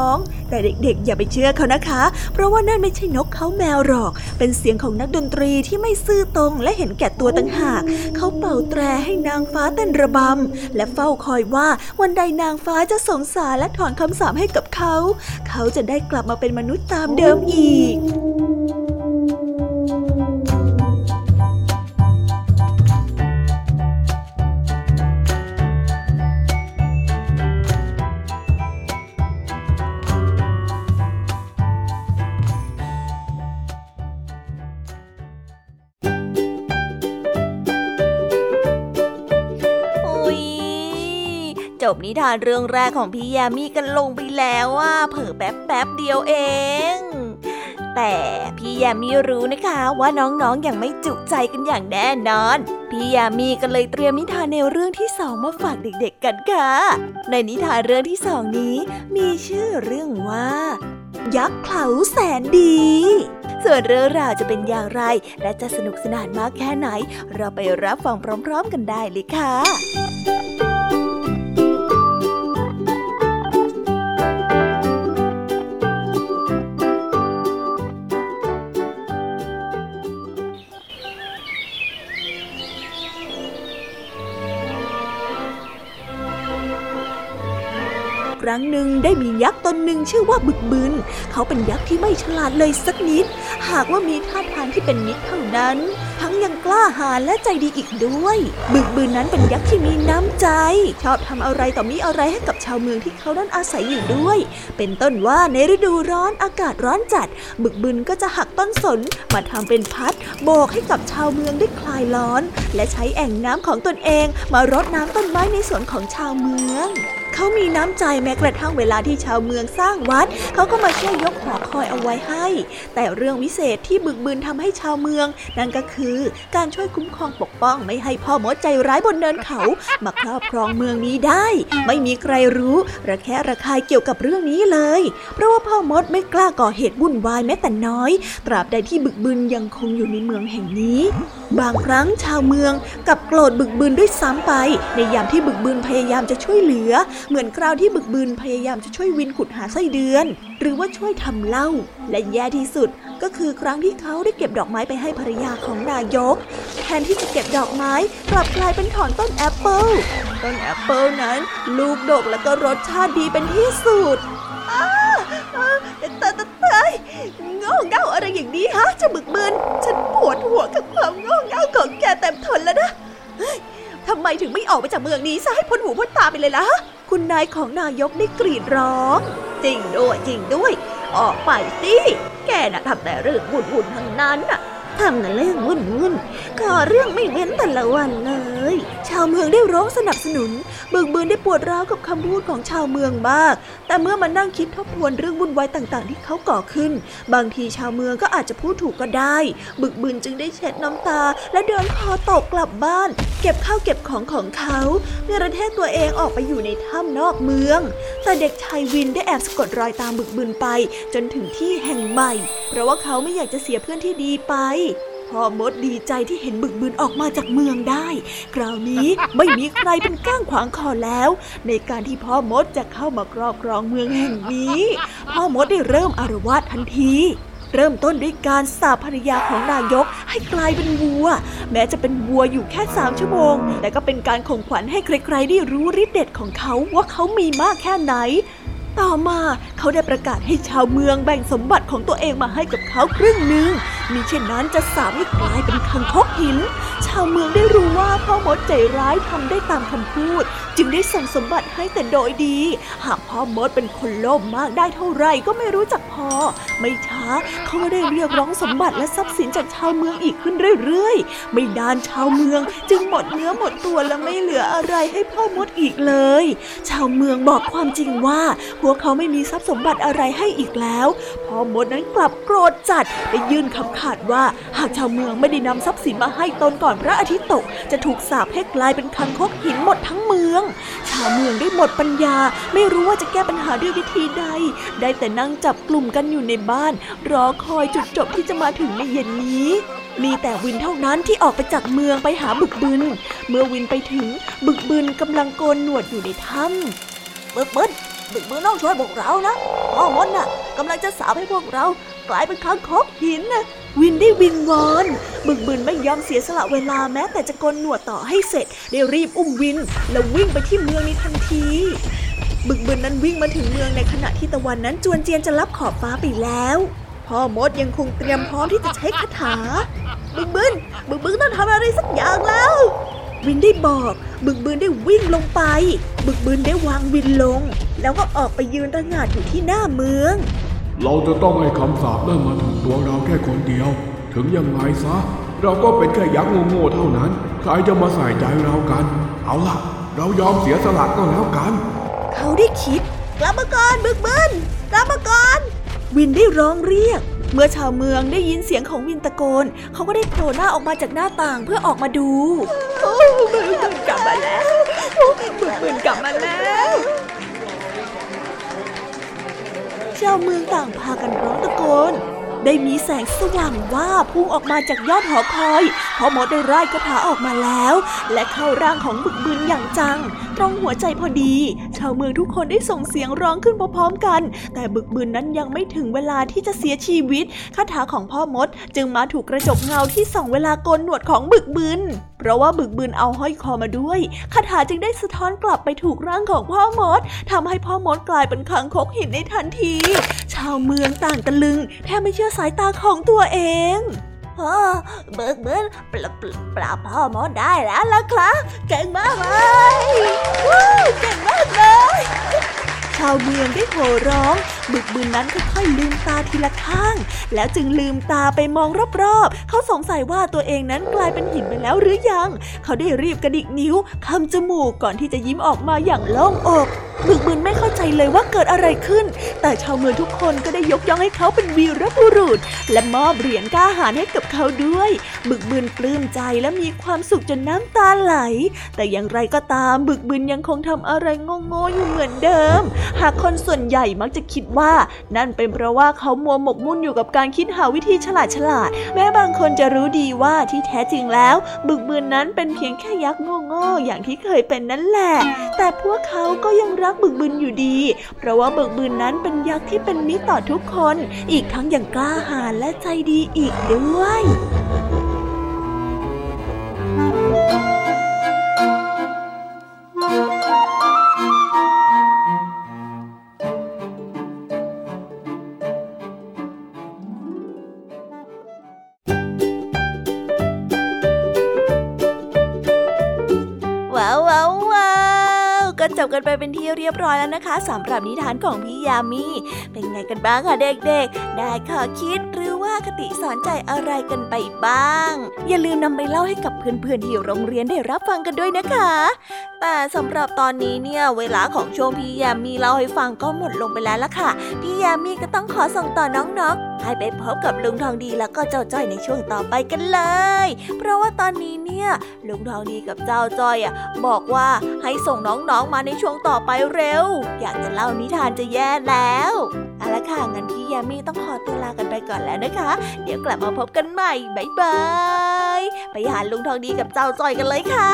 แต่เด็กๆอย่าไปเชื่อเขานะคะเพราะว่านั่นไม่ใช่นกเขาแมวหรอกเป็นเสียงของนักดนตรีที่ไม่ซื่อตรงและเห็นแก่ตัวต่างหากเขาเป่าแตรให้นางฟ้าเต้นระบำและเฝ้าคอยว่าวันใดนางฟ้าจะสงสารและถอนคำสาปให้กับเขาจะได้กลับมาเป็นมนุษย์ตามเดิมอีกจบนิทานเรื่องแรกของพี่ยามีกันลงไปแล้วว่าเผลอแป๊บเดียวเองแต่พี่ยามีรู้นะคะว่าน้องๆยังไม่จุใจกันอย่างแน่นอนพี่ยามีก็เลยเตรียมนิทานแนวเรื่องที่2มาฝากเด็กๆกันค่ะในนิทานเรื่องที่2นี้มีชื่อเรื่องว่ายักษ์เขาแสนดีส่วนเรื่องราวจะเป็นอย่างไรและจะสนุกสนานมากแค่ไหนเราไปรับฟังพร้อมๆกันได้เลยค่ะครั้งหนึ่งได้มียักษ์ตนหนึ่งชื่อว่าบึกบึนเขาเป็นยักษ์ที่ไม่ฉลาดเลยสักนิดหากว่ามีท่าทางที่เป็นมิตรเท่านั้นทั้งยังกล้าหาญและใจดีอีกด้วยบึกบึนนั้นเป็นยักษ์ที่มีน้ำใจชอบทำอะไรต่อมีอะไรให้กับชาวเมืองที่เขานั้นอาศัยอยู่ด้วยเป็นต้นว่าในฤดูร้อนอากาศร้อนจัดบึกบึนก็จะหักต้นสนมาทำเป็นพัดโบกให้กับชาวเมืองได้คลายร้อนและใช้แอ่งน้ำของตนเองมารดน้ำต้นไม้ในสวนของชาวเมืองเขามีน้ำใจแม้กระทั่งเวลาที่ชาวเมืองสร้างวัดเขาก็มาช่วยยกหอคอยเอาไว้ให้แต่เรื่องวิเศษที่บึกบึนทำให้ชาวเมืองนั่นก็คือการช่วยคุ้มครองปกป้องไม่ให้พ่อมดใจร้ายบนเนินเขามาครอบครองเมืองนี้ได้ไม่มีใครรู้ระแคะระคายเกี่ยวกับเรื่องนี้เลยเพราะว่าพ่อมดไม่กล้าก่อเหตุวุ่นวายแม้แต่น้อยตราบใดที่บึกบึนยังคงอยู่ในเมืองแห่งนี้บางครั้งชาวเมืองกลับโกรธบึกบึนด้วยซ้ำไปในยามที่บึกบึนพยายามจะช่วยเหลือเหมือนคราวที่บึกบึนพยายามจะช่วยวินขุดหาไส้เดือนหรือว่าช่วยทำเหล้าและแย่ที่สุดก็คือครั้งที่เขาได้เก็บดอกไม้ไปให้ภรรยาของนายกแทนที่จะเก็บดอกไม้กลับกลายเป็นถอนต้นแอปเปิ้ลต้นแอปเปิ้ลนั้นลูกดกและก็รสชาติดีเป็นที่สุดโง่เง่าอะไรอย่างนี้ฮะจะบึกบึนฉันปวดหัวกับความโง่เง่าของแกเต็มทนแล้วนะทำไมถึงไม่ออกไปจากเมืองนี้ซะให้พ้นหูพ้นตาไปเลยล่ะคุณนายของนายกได้กรีดร้องจริงด้วยออกไปสิแกน่ะทำแต่เรื่องวุ่นๆทั้งนั้นน่ะทำแต่เรื่องวุ่นก่อเรื่องไม่เว้นแต่ละวันเลยชาวเมืองได้ร้องสนับสนุนบึกบึนได้ปวดร้าวกับคำพูดของชาวเมืองมากแต่เมื่อมานั่งคิดทบทวนเรื่องวุ่นวายต่างๆที่เขาก่อขึ้นบางทีชาวเมืองก็อาจจะพูดถูกก็ได้บึกบึนจึงได้เช็ดน้ำตาและเดินคอตกกลับบ้านเก็บข้าวเก็บของของเขาเนรเทศตัวเองออกไปอยู่ในถ้ำนอกเมืองแต่เด็กชายวินได้แอบสะกดรอยตามบึกบึนไปจนถึงที่แห่งใหม่เพราะว่าเขาไม่อยากจะเสียเพื่อนที่ดีไปพ่อมดดีใจที่เห็นบึกบึนออกมาจากเมืองได้คราวนี้ไม่มีใครเป็นก้างขวางคอแล้วในการที่พ่อมดจะเข้ามาครอบครองเมืองแห่งนี้พ่อมดได้เริ่มอาละวาดทันทีเริ่มต้นด้วยการสาปภรรยาของนายกให้กลายเป็นวัวแม้จะเป็นวัวอยู่แค่3 ชั่วโมงแต่ก็เป็นการข่มขวัญให้ใครๆได้รู้ฤทธิ์เดชของเขาว่าเขามีมากแค่ไหนต่อมาเขาได้ประกาศให้ชาวเมืองแบ่งสมบัติของตัวเองมาให้กับเขาครึ่งหนึ่งมิเช่นนั้นจะสาปให้กลายเป็นคังคกหินชาวเมืองได้รู้ว่าพ่อมดใจร้ายทำได้ตามคำพูดจึงได้ส่งสมบัติให้แต่โดยดีหากพ่อมดเป็นคนโลภมากได้เท่าไรก็ไม่รู้จักพอไม่ช้าเขาก็ได้เรียกร้องสมบัติและทรัพย์สินจากชาวเมืองอีกขึ้นเรื่อยๆไม่นานชาวเมืองจึงหมดเนื้อหมดตัวและไม่เหลืออะไรให้พ่อมดอีกเลยชาวเมืองบอกความจริงว่าพวกเขาไม่มีทรัพย์สมบัติอะไรให้อีกแล้วพ่อมดนั้นกลับโกรธจัดได้ยื่นคำขาดว่าหากชาวเมืองไม่ได้นำทรัพย์สินมาให้ตนก่อนพระอาทิตย์ตกจะถูกสาปให้กลายเป็นคังคกหินหมดทั้งเมืองชาวเมืองได้หมดปัญญาไม่รู้ว่าจะแก้ปัญหาด้วยวิธีใดได้แต่นั่งจับกลุ่มกันอยู่ในบ้านรอคอยจุดจบที่จะมาถึงในเย็นนี้มีแต่วินเท่านั้นที่ออกไปจากเมืองไปหาบึกบึนเมื่อวินไปถึงบึกบึนกำลังโกนหนวดอยู่ในถ้ำบึกบึนบึกบืนต้องช่วยพวกเรานะพ่อมดน่ะกำลังจะสาปให้พวกเรากลายเป็นคางคกหินนะวินได้วิงวอนบึกบืนไม่ยอมเสียสละเวลาแม้แต่จะโกนหนวดต่อให้เสร็จได้รีบอุ้มวินแล้ววิ่งไปที่เมืองในทันทีบึกบืนนั้นวิ่งมาถึงเมืองในขณะที่ตะวันนั้นจวนเจียนจะลับขอบฟ้าไปแล้วพ่อมดยังคงเตรียมพร้อมที่จะใช้คาถาบึกบืนต้องทำอะไรสักอย่างแล้ววินได้บอกบึกบืนได้วิ่งลงไปบึกบืนได้วางวินลงแล้วก็ออกไปยืนระหง่าอยู่ที่หน้าเมืองเราจะต้องให้คำสาปนั่นมาถึงตัวเราแค่คนเดียวถึงยังไงซะเราก็เป็นแค่ยักษ์โง่ๆเท่านั้นใครจะมาใส่ใจเรากันเอาล่ะเรายอมเสียสละก็แล้วกันเขาได้คิดกลับมาก่อนบึกบืนกลับมาก่อนวินได้ร้องเรียกเมื่อชาวเมืองได้ยินเสียงของวินตะโกนเขาก็ได้โผล่หน้าออกมาจากหน้าต่างเพื่อออกมาดูบึกบืนกลับมาแล้วบึกบืนกลับมาแล้วชาวเมืองต่างพากันร้องตะโกนได้มีแสงสว่างว่าพุ่งออกมาจากยอดหอคอยพ่อมดได้ร่ายคาถาออกมาแล้วและเข้าร่างของบึกบืนอย่างจังตรงหัวใจพอดีชาวเมืองทุกคนได้ส่งเสียงร้องขึ้นพร้อมๆกันแต่บึกบืนนั้นยังไม่ถึงเวลาที่จะเสียชีวิตคาถาของพ่อมดจึงมาถูกกระจกเงาที่ส่องเวลาโกนหนวดของบึกบืนเพราะว่าบึกบืนเอาห้อยคอมาด้วยคาถาจึงได้สะท้อนกลับไปถูกร่างของพ่อมดทำให้พ่อมดกลายเป็นคางคกหินในทันทีชาวเมืองต่างตะลึงแทบไม่เชื่อสายตาของตัวเองบึกบืนปราบพ่อมดได้แล้วล่ะครับเก่งมากเลยเก่งมากเลยชาวเมืองได้โห่ร้องบึกบืนนั้นค่อยๆลืมตาทีละข้างแล้วจึงลืมตาไปมองรอบๆเขาสงสัยว่าตัวเองนั้นกลายเป็นหินไปแล้วหรือยังเขาได้รีบกระดิกนิ้วคำจมูกก่อนที่จะยิ้มออกมาอย่างโล่งอกบึกบืนไม่เข้าใจเลยว่าเกิดอะไรขึ้นแต่ชาวเมืองทุกคนก็ได้ยกย่องให้เขาเป็นวีรบุรุษและมอบเหรียญกล้าหาญให้กับเขาด้วยบึกบืนปลื้มใจและมีความสุขจนน้ำตาไหลแต่อย่างไรก็ตามบึกบืนยังคงทำอะไรโง่ๆอยู่เหมือนเดิมหากคนส่วนใหญ่มักจะคิดว่านั่นเป็นเพราะว่าเขามัวหมกมุ่นอยู่กับการคิดหาวิธีฉลาดแม้บางคนจะรู้ดีว่าที่แท้จริงแล้วบึกบืนนั้นเป็นเพียงแค่ยักษ์โง่ๆอย่างที่เคยเป็นนั่นแหละแต่พวกเขาก็ยังรักบึกบืนอยู่ดีเพราะว่าบึกบืนนั้นเป็นยักษ์ที่เป็นมิตรต่อทุกคนอีกทั้งยังกล้าหาญและใจดีอีกด้วยจบกันไปเป็นที่เรียบร้อยแล้วนะคะสำหรับนิทานของพี่ยามีเป็นไงกันบ้างคะเด็กๆได้ข้อคิดหรือว่าคติสอนใจอะไรกันไปบ้างอย่าลืมนำไปเล่าให้กับเพื่อนๆที่โรงเรียนได้รับฟังกันด้วยนะคะแต่สำหรับตอนนี้เนี่ยเวลาของช่วงพี่ยามีเล่าให้ฟังก็หมดลงไปแล้วล่ะค่ะพี่ยามีก็ต้องขอส่งต่อน้องๆให้ไปพบกับลุงทองดีแล้วก็เจ้าจ้อยในช่วงต่อไปกันเลยเพราะว่าตอนนี้เนี่ยลุงทองดีกับเจ้าจ้อยบอกว่าให้ส่งน้องๆมาในช่วงต่อไปเร็วอยากจะเล่านิทานจะแย่แล้วเอาละค่ะงั้นพี่ยามีต้องขอตัวลากันไปก่อนแล้วนะคะเดี๋ยวกลับมาพบกันใหม่บ๊ายบายไปหาลุงทองดีกับเจ้าจ้อยกันเลยค่ะ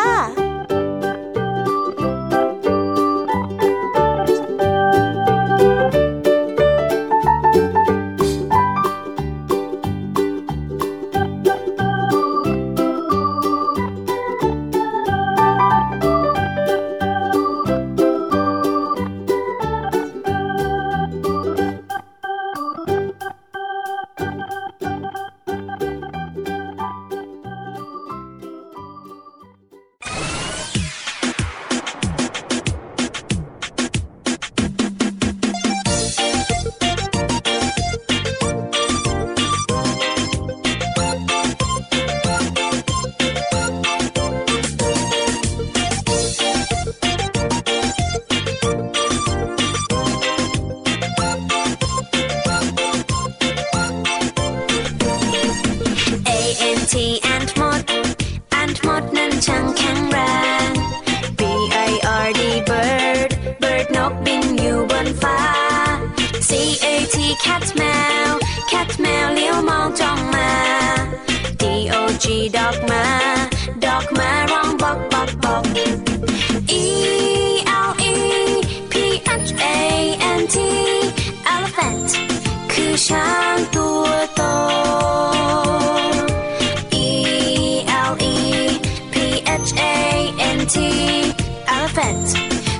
cat แมวเลี้ยวมองจ้องมา DOG ดอกมาร้องบอกELE PHA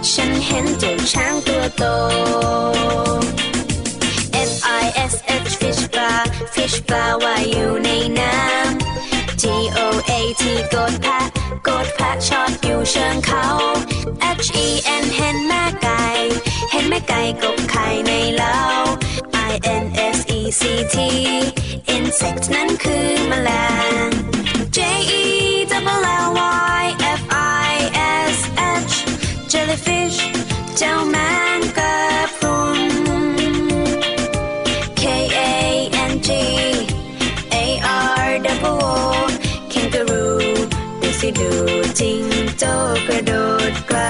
ฉันเห็นเจ้าช้างตัวโต F-I-S-H fish ปลา fish ปลาว่ายอยู่ในน้ำ G-O-A-T โกดแพะโกดแพะชอดอยู่เชิงเขา H-E-N เห็นแม่ไก่เห็นแม่ไก่กบไข่ในเล้า I-N-S-E-C-T insect นั้นคือแมลง J-E-L-L-Y F-I-S-H jellyfish เจ้าแมงกะพรุน K-A-N-G A-R-O-O kangaroo ดูสิดูจิงโจ้กระโดดไกล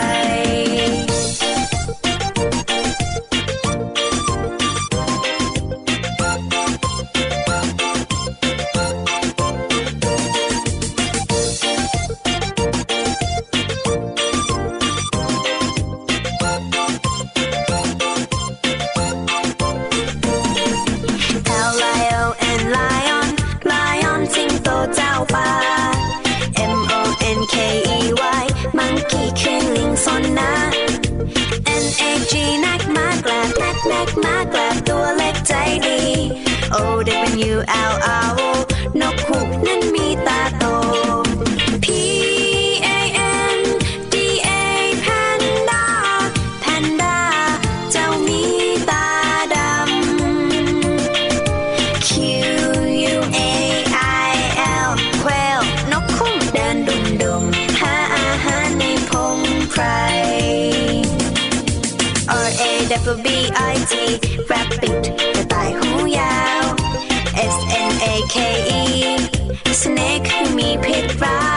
O-W-L-R-O นกฮูกนั้นมีตาโต P-A-N-D-A Panda Panda เจ้ามีตาดำ Q-U-A-I-L Quail นกคุ้มเดินดุ่มๆหาอาหารในพงไพร R-A-B-B-I-T Rabbit กระต่ายหูยาว S-N-A-K-E Snake มีพิษร้าย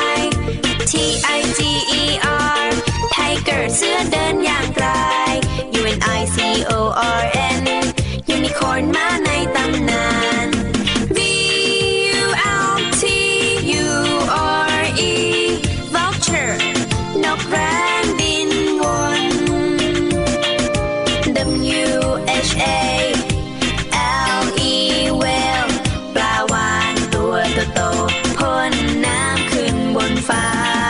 T-I-G-E-R Tiger เสือเดินอย่างไกล U-N-I-C-O-R-N Unicorn ม้าในตำนาน V-U-L-T-U-R-E Vulture นกแร้งบินวน W-H-A-L-E Whale ปลาวาฬตัวโตๆพ่นน้ำขึ้นบนฟ้า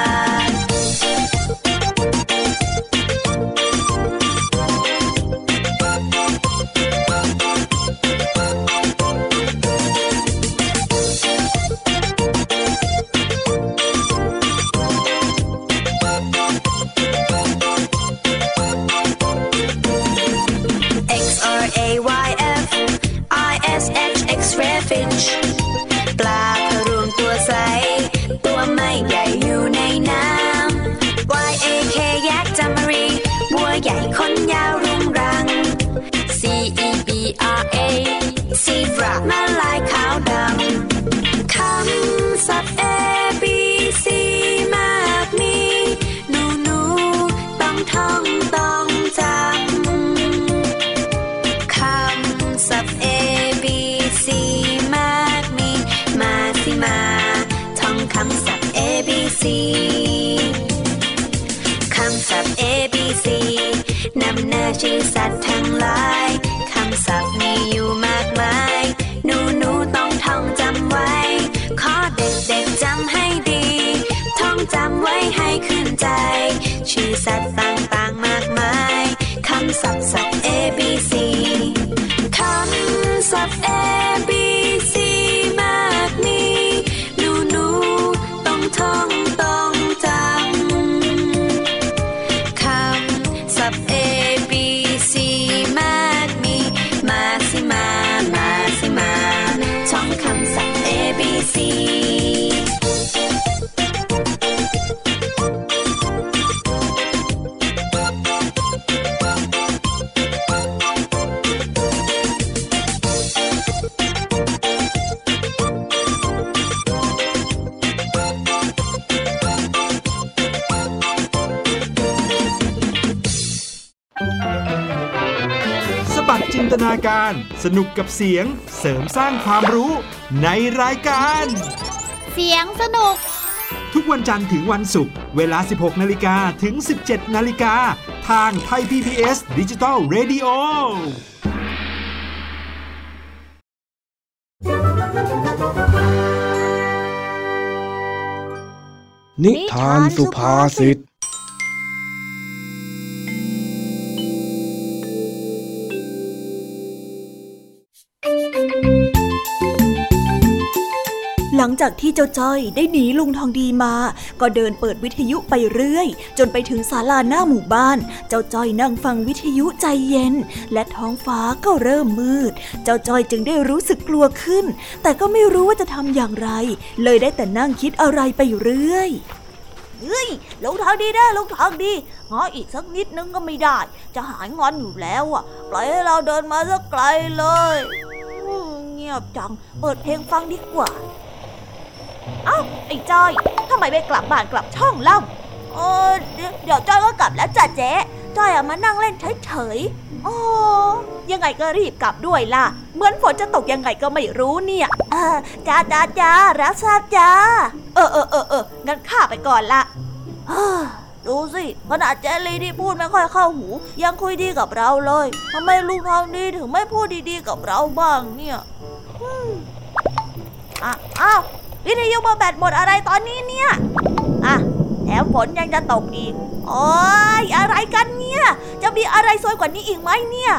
X-R-A-Y-F I-S-H X-ray fish ปลาพะรวงตัวใสตัวไม่ใหญ่อยู่ในน้ำ Y-A-K ยักษ์จามรีบัวใหญ่ขนยาวรุงรัง C-E-B-R-A Zebra ม้าลายขาวดำคำศัพท์ A-B-C มากมีหนูต้องท่องต้องจำคำศัพท์ A-B-C มากมีมาสิมาท่องคำศัพท์ A-B-C คำศัพท์ A-B-C นำหน้าชื่อสัตว์ทั้งหลายคำศัพท์มีอยู่มากมายหนูต้องท่องจำไว้ขอเด็กๆจำให้ดีท่องจำไว้ให้ขึ้นใจชื่อสัตว์ต่างๆมากมายคำศัพท์ A-B-C คำศัพท์ A-B-C มากมีหนูต้องท่องต้องจำคำศัพท์ A-B-C มากมีมาสิมาท่องคำศัพท์ A-B-C จินตนาการสนุกกับเสียงเสริมสร้างความรู้ในรายการเสียงสนุกทุกวันจันทร์ถึงวันศุกร์เวลา 16:00 นถึง 17:00 นทางไทย PBS Digital Radio นิทานสุภาษิตหลังจากที่เจ้าจ้อยได้หนีลุงทองดีมาก็เดินเปิดวิทยุไปเรื่อยจนไปถึงศาลาหน้าหมู่บ้านเจ้าจ้อยนั่งฟังวิทยุใจเย็นและท้องฟ้าก็เริ่มมืดเจ้าจ้อยจึงได้รู้สึกกลัวขึ้นแต่ก็ไม่รู้ว่าจะทำอย่างไรเลยได้แต่นั่งคิดอะไรไปเรื่อยเฮ้ยลุงทองดีนะลุงทองดีง้ออีกสักนิดนึงก็ไม่ได้จะหายงอนอยู่แล้วอ่ะปล่อยให้เราเดินมาสักไกลเลยเงียบจังเปิดเพลงฟังดีกว่าเอ้าไอ้จ้อยทำไมไม่กลับบ้านกลับช่องเล่าเดี๋ยวจ้อยก็กลับแล้วจ้ะเจ๊จ้อยมานั่งเล่นเฉยๆอ๋อยังไงก็รีบกลับด้วยล่ะเหมือนฝนจะตกยังไงก็ไม่รู้เนี่ยจ้ารับทราบจ้างั้นข้าไปก่อนละดูสิขนาดเจลลี่ที่พูดไม่ค่อยเข้าหูยังคุยดีกับเราเลยทำไมลุงทองดีถึงไม่พูดดีๆกับเราบ้างเนี่ยอ้าววิทยุมาแบตหมดอะไรตอนนี้เนี่ยแถมฝนยังจะตกอีกโอ๊ยอะไรกันเนี่ยจะมีอะไรซวยกว่านี้อีกไหมเนี่ย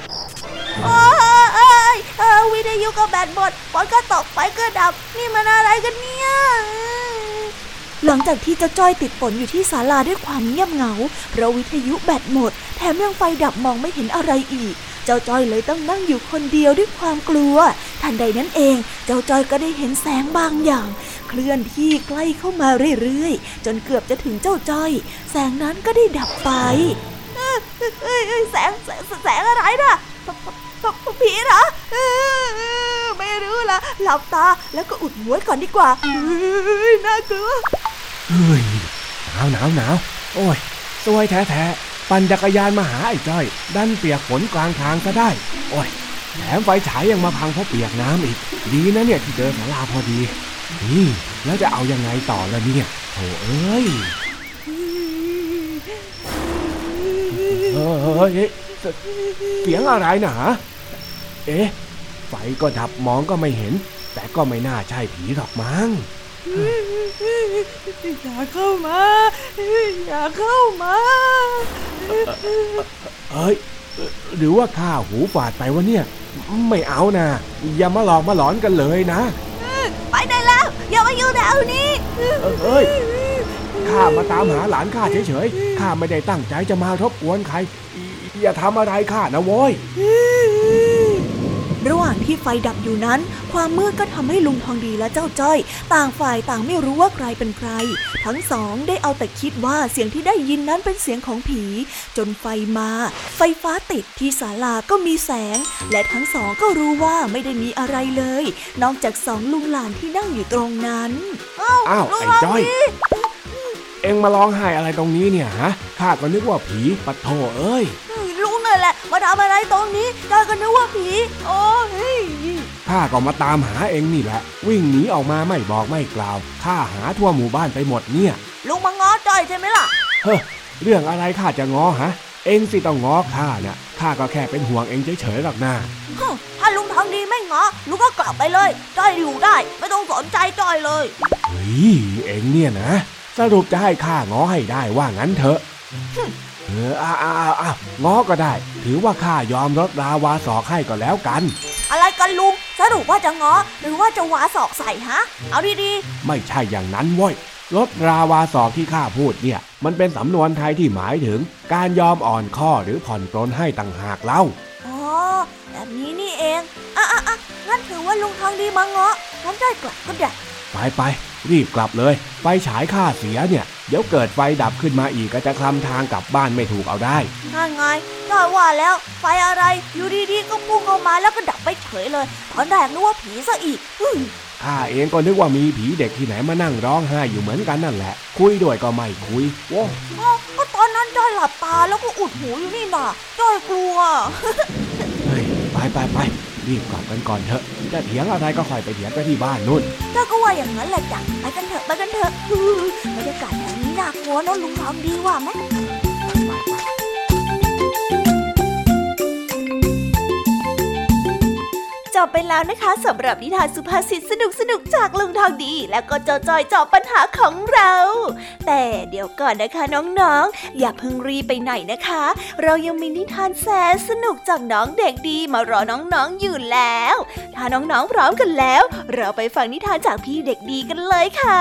วิทยุก็แบตหมดฝนก็ตกไฟก็ดับนี่มันอะไรกันเนี่ยหลังจากที่เจ้าจ้อยติดฝนอยู่ที่ศาลาด้วยความเงียบเหงาเพราะวิทยุแบตหมดแถมยังไฟดับมองไม่เห็นอะไรอีกเจ้าจ้อยเลยต้องนั่งอยู่คนเดียวด้วยความกลัวทันใดนั้นเองเจ้าจ้อยก็ได้เห็นแสงบางอย่างเคลื่อนที่ใกล้เข้ามาเรื่อยๆจนเกือบจะถึงเจ้าจ้อยแสงนั้นก็ได้ดับไปแสงอะไรนะผีเหรอไม่รู้ละหลับตาแล้วก็อุดหูก่อนดีกว่าน่ากลัวเฮ้ยหนาวโอ้ยซวยแท้ๆปั่นจักรยานมาหาไอ้จ้อยดันเปียกฝนกลางทางซะได้โอ้ยแถมไฟฉายยังมาพังเพราะเปียกน้ำอีกดีนะเนี่ยที่เดินศาลาพอดีนี่แล้วจะเอายังไงต่อล่ะเนี่ยโธ่เอ้ยเสียงอะไรนะเอ๊ะไฟก็ดับมองก็ไม่เห็นแต่ก็ไม่น่าใช่ผีหรอกมั้งอย่าเข้ามาหรือว่าข้าหูฝาดไปวะเนี่ยไม่เอานะอย่ามาหลอกมาหลอนกันเลยนะไปได้แล้วอย่ามาอยู่แถวนี้ข้ามาตามหาหลานข้าเฉยๆข้าไม่ได้ตั้งใจจะมารบกวนใครอย่าทำอะไรข้านะโว้ยระหว่างที่ไฟดับอยู่นั้นความมืดก็ทำให้ลุงทองดีและเจ้าจ้อยต่างฝ่ายต่างไม่รู้ว่าใครเป็นใครทั้งสองได้เอาแต่คิดว่าเสียงที่ได้ยินนั้นเป็นเสียงของผีจนไฟมาไฟฟ้าติดที่ศาลาก็มีแสงและทั้งสองก็รู้ว่าไม่ได้มีอะไรเลยนอกจากสองลุงหลานที่นั่งอยู่ตรงนั้นอ้าวไอ้จ้อยเอ็งมาร้องไห้อะไรตรงนี้เนี่ยฮะข้าก็นึกว่าผีปะโถเอ้ยลุงนั่นแหละมาทำอะไรตรงนี้จ้อยก็นึกว่าผีโอ้ยข้าก็มาตามหาเอ็งนี่แหละวิ่งหนีออกมาไม่บอกไม่กล่าวข้าหาทั่วหมู่บ้านไปหมดเนี่ยลุงมาง้อจ้อยใช่ไหมล่ะเฮ้อเรื่องอะไรข้าจะง้อฮะเอ็งสิต้องง้อข้าเนี่ยข้าก็แค่เป็นห่วงเอ็งเฉยๆหรอกนะถ้าลุงทองดีไม่ง้อลุงก็กลับไปเลยจ้อยอยู่ได้ไม่ต้องสนใจจ้อยเลยเฮ้ยเอ็งเนี่ยนะสรุปจะให้ข้าง้อให้ได้ว่างั้นเถอะง้อก็ได้ถือว่าข้ายอมลดราวาศอกให้ก็แล้วกันอะไรกันลุงสรุปว่าจะง้อหรือว่าจะวาศอกใส่ฮะเอาดีๆไม่ใช่อย่างนั้นเว้ยลดราวาศอกที่ข้าพูดเนี่ยมันเป็นสำนวนไทยที่หมายถึงการยอมอ่อนข้อหรือผ่อนปรนให้ต่างหากเล่าอ๋อแบบนี้นี่เองงั้นถือว่าลุงทองดีมาง้องั้นได้กลับก็ได้ไปรีบกลับเลยไฟฉายข้าเสียเนี่ยเดี๋ยวเกิดไฟดับขึ้นมาอีกก็จะคลำทางกลับบ้านไม่ถูกเอาได้นั่นไงจ้อยว่าแล้วไฟอะไรอยู่ดีๆก็พุ่งเข้ามาแล้วก็ดับไปเฉยเลยตอนแรกนึกว่าผีซะอีกข้าเองก็นึกว่ามีผีเด็กที่ไหนมานั่งร้องไห้อยู่เหมือนกันนั่นแหละคุยด้วยก็ไม่คุยโว้ก็ตอนนั้นจ้อยหลับตาแล้วก็อุดหูอยู่นี่น่ะจ้อยกลัวเฮ้ยไปรีบกลับกันก่อนเถอะจะเถียงอะไรก็ค่อยไปเถียงกันที่บ้านนู่นจ้อยก็ว่าอย่างนั้นแหละจ้ะไปกันเถอะบรรยากาศแถวนี้น่ากลัวเนอะลุงทองดีว่าไหมจบไปแล้วนะคะสำหรับนิทานสุภาษิตสนุกจากลุงทองดีแล้วก็เจ้าจ้อยจอบปัญหาของเราแต่เดี๋ยวก่อนนะคะน้องๆอย่าเพิ่งรีบไปไหนนะคะเรายังมีนิทานแสนสนุกจากน้องเด็กดีมารอน้องๆอยู่แล้วถ้าน้องๆพร้อมกันแล้วเราไปฟังนิทานจากพี่เด็กดีกันเลยค่ะ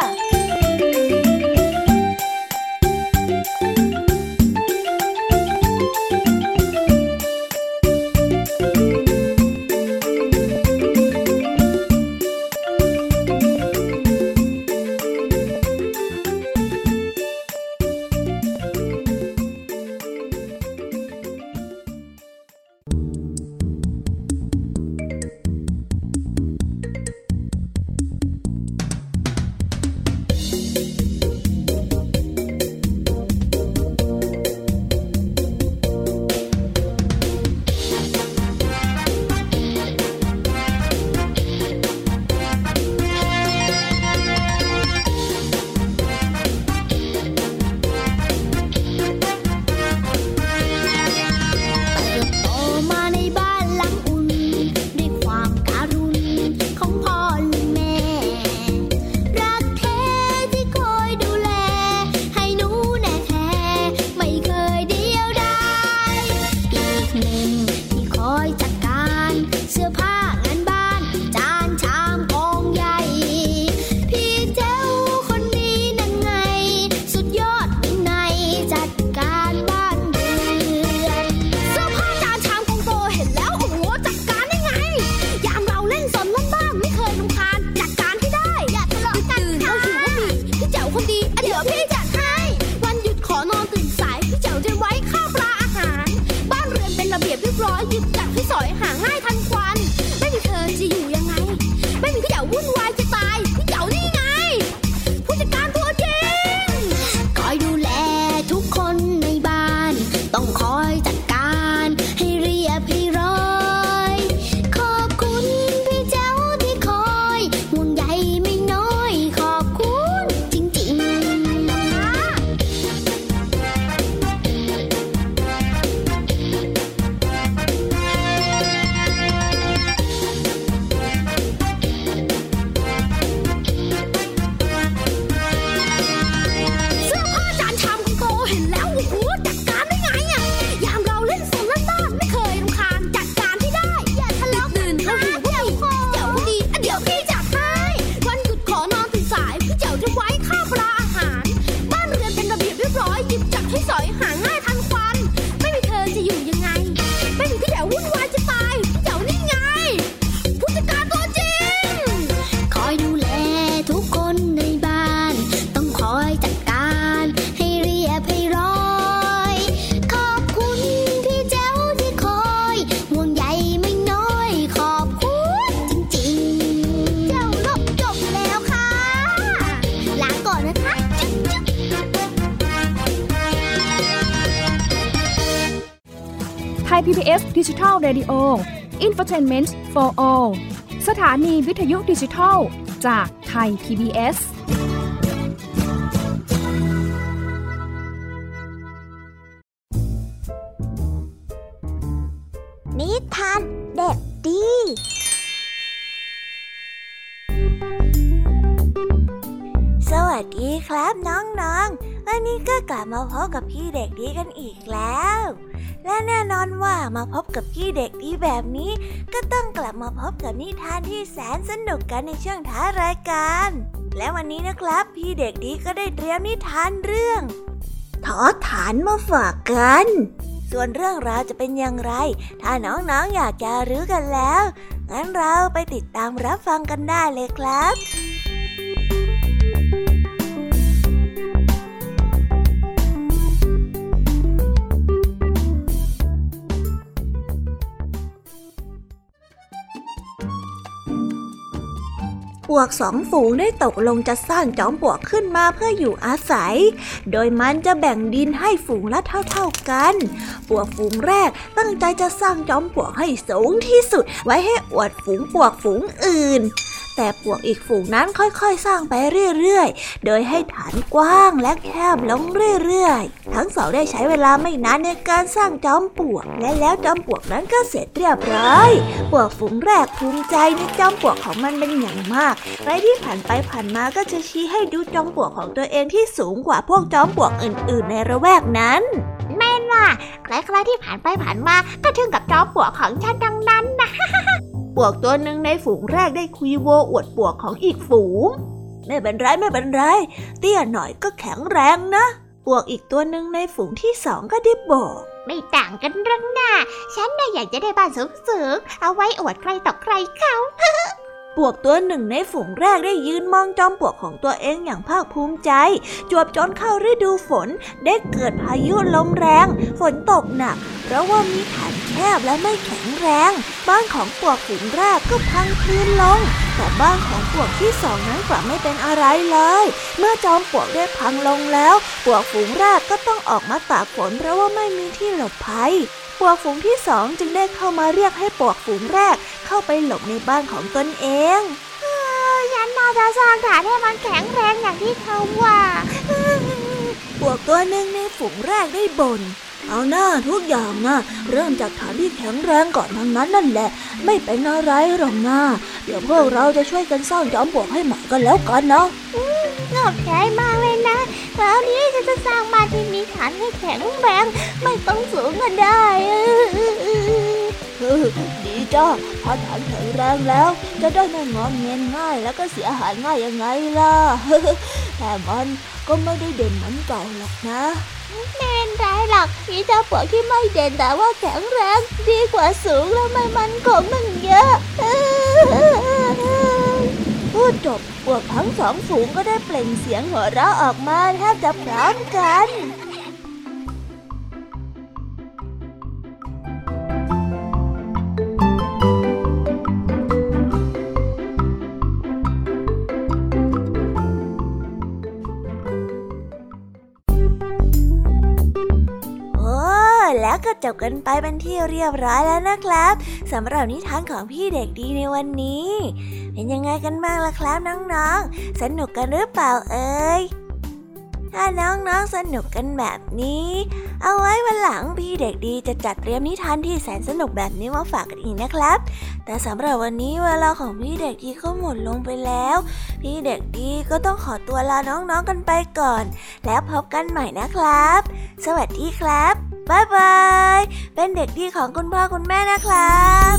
PBS Digital Radio Infotainment for All สถานีวิทยุดิจิทัลจากไทย PBS นิทานเด็กดีสวัสดีครับน้องๆวันนี้ก็กลับมาพบกับพี่เด็กดีกันอีกแล้วและแน่นอนว่ามาพบกับพี่เด็กดีแบบนี้ก็ต้องกลับมาพบกับนิทานที่แสนสนุกกันในช่วงท้ายรายการและวันนี้นะครับพี่เด็กดีก็ได้เตรียมนิทานเรื่องถอฐานมาฝากกันส่วนเรื่องราวจะเป็นอย่างไรถ้าน้องๆอยากจะรู้กันแล้วงั้นเราไปติดตามรับฟังกันได้เลยครับ ปวกสองฝูงได้ตกลงจะสร้างจอมปลวกขึ้นมาเพื่ออยู่อาศัยโดยมันจะแบ่งดินให้ฝูงละเท่าๆกันปวกฝูงแรกตั้งใจจะสร้างจอมปลวกให้สูงที่สุดไว้ให้อวดฝูงปวกฝูงอื่นแต่ปวกอีกฝูงนั้นค่อยๆสร้างไปเรื่อยๆโดยให้ฐานกว้างและแคบลงเรื่อยๆทั้งสองได้ใช้เวลาไม่นานในการสร้างจอมปลวกและแล้วจอมปลวกนั้นก็เสร็จเรียบร้อยปลวกฝูงแรกภูมิใจในจอมปลวกของมันเป็นอย่างมากใครที่ผ่านไปผ่านมาก็จะชี้ให้ดูจอมปลวกของตัวเองที่สูงกว่าพวกจอมปลวกอื่นๆในละแวกนั้นแม่นว่าใครๆที่ผ่านไปผ่านมาก็ถึงกับจอมปลวกของฉันทั้งนั้นนะปลวกตัวหนึ่งในฝูงแรกได้คุยโวอวดปลวกของอีกฝูงไม่เป็นไรเตี้ยหน่อยก็แข็งแรงนะปลวกอีกตัวหนึ่งในฝูงที่สองก็ได้บอกไม่ต่างกันหรอกนะฉันน่ะอยากจะได้บ้านสูงๆเอาไว้อวดใครต่อใครเขาปลวกตัวหนึ่งในฝูงแรกได้ยืนมองจอมปลวกของตัวเองอย่างภาคภูมิใจจวบจนเข้าฤดูฝนได้เกิดพายุลมแรงฝนตกหนักเพราะว่ามีฐานแคบและไม่แข็งแรงบ้านของปลวกฝูงแรกก็พังคลืนลงแต่บ้านของปลวกที่สองนั้นกลับไม่เป็นอะไรเลยเมื่อจอมปลวกได้พังลงแล้วปลวกฝูงแรกก็ต้องออกมาตากฝนเพราะว่าไม่มีที่หลบภัยปลวกฝูงที่สองจึงได้เข้ามาเรียกให้ปลวกฝูงแรกเข้าไปหลบในบ้านของตนเองฉันน่าจะสร้างฐานให้มันแข็งแรงอย่างที่เขาว่าปลวกตัวหนึ่งในฝูงแรกได้บ่นเอาหน้าทุกอย่างนะเริ่มจากฐานที่แข็งแรงก่อนทั้งนั้นนั่นแหละไม่เป็นอะไรหรอกนะเดี๋ยวพวกเราจะช่วยกันสร้างจอมปลวกให้ใหม่กันแล้วกันนะขอบใจมากเลยนะคราวนี้ฉันจะสร้างบ้านที่มีฐานให้แข็งแรงไม่ต้องสูงก็ได้ดีจ้าถ้าฐานแข็งแรงแล้วจะได้ไม่งอมเงียนง่ายแล้วก็เสียหายง่ายยังไงล่ะแต่มันก็ไม่ได้เด่นเหมือนเก่าหรอกนะไม่เป็นไรหรอกมีเจ้าปลวกที่ไม่เด่นแต่ว่าแข็งแรงดีกว่าสูงและไม่มันคงมันเยอะพูดจบปลวกทั้งสองฝูงก็ได้เปล่งเสียงหัวเราะออกมาแทบจะพร้อมกันแล้วก็จบกันไปเป็นที่เรียบร้อยแล้วนะครับสำหรับนิทานของพี่เด็กดีในวันนี้เป็นยังไงกันบ้างล่ะครับน้องๆสนุกกันหรือเปล่าเอ่ยถ้าน้องๆสนุกกันแบบนี้เอาไว้วันหลังพี่เด็กดีจะจัดเตรียมนิทานที่แสนสนุกแบบนี้มาฝากกันอีกนะครับแต่สำหรับวันนี้เวลาของพี่เด็กดีก็หมดลงไปแล้วพี่เด็กดีก็ต้องขอตัวลาน้องๆกันไปก่อนแล้วพบกันใหม่นะครับสวัสดีครับบ๊ายบายเป็นเด็กดีของคุณพ่อคุณแม่นะครับ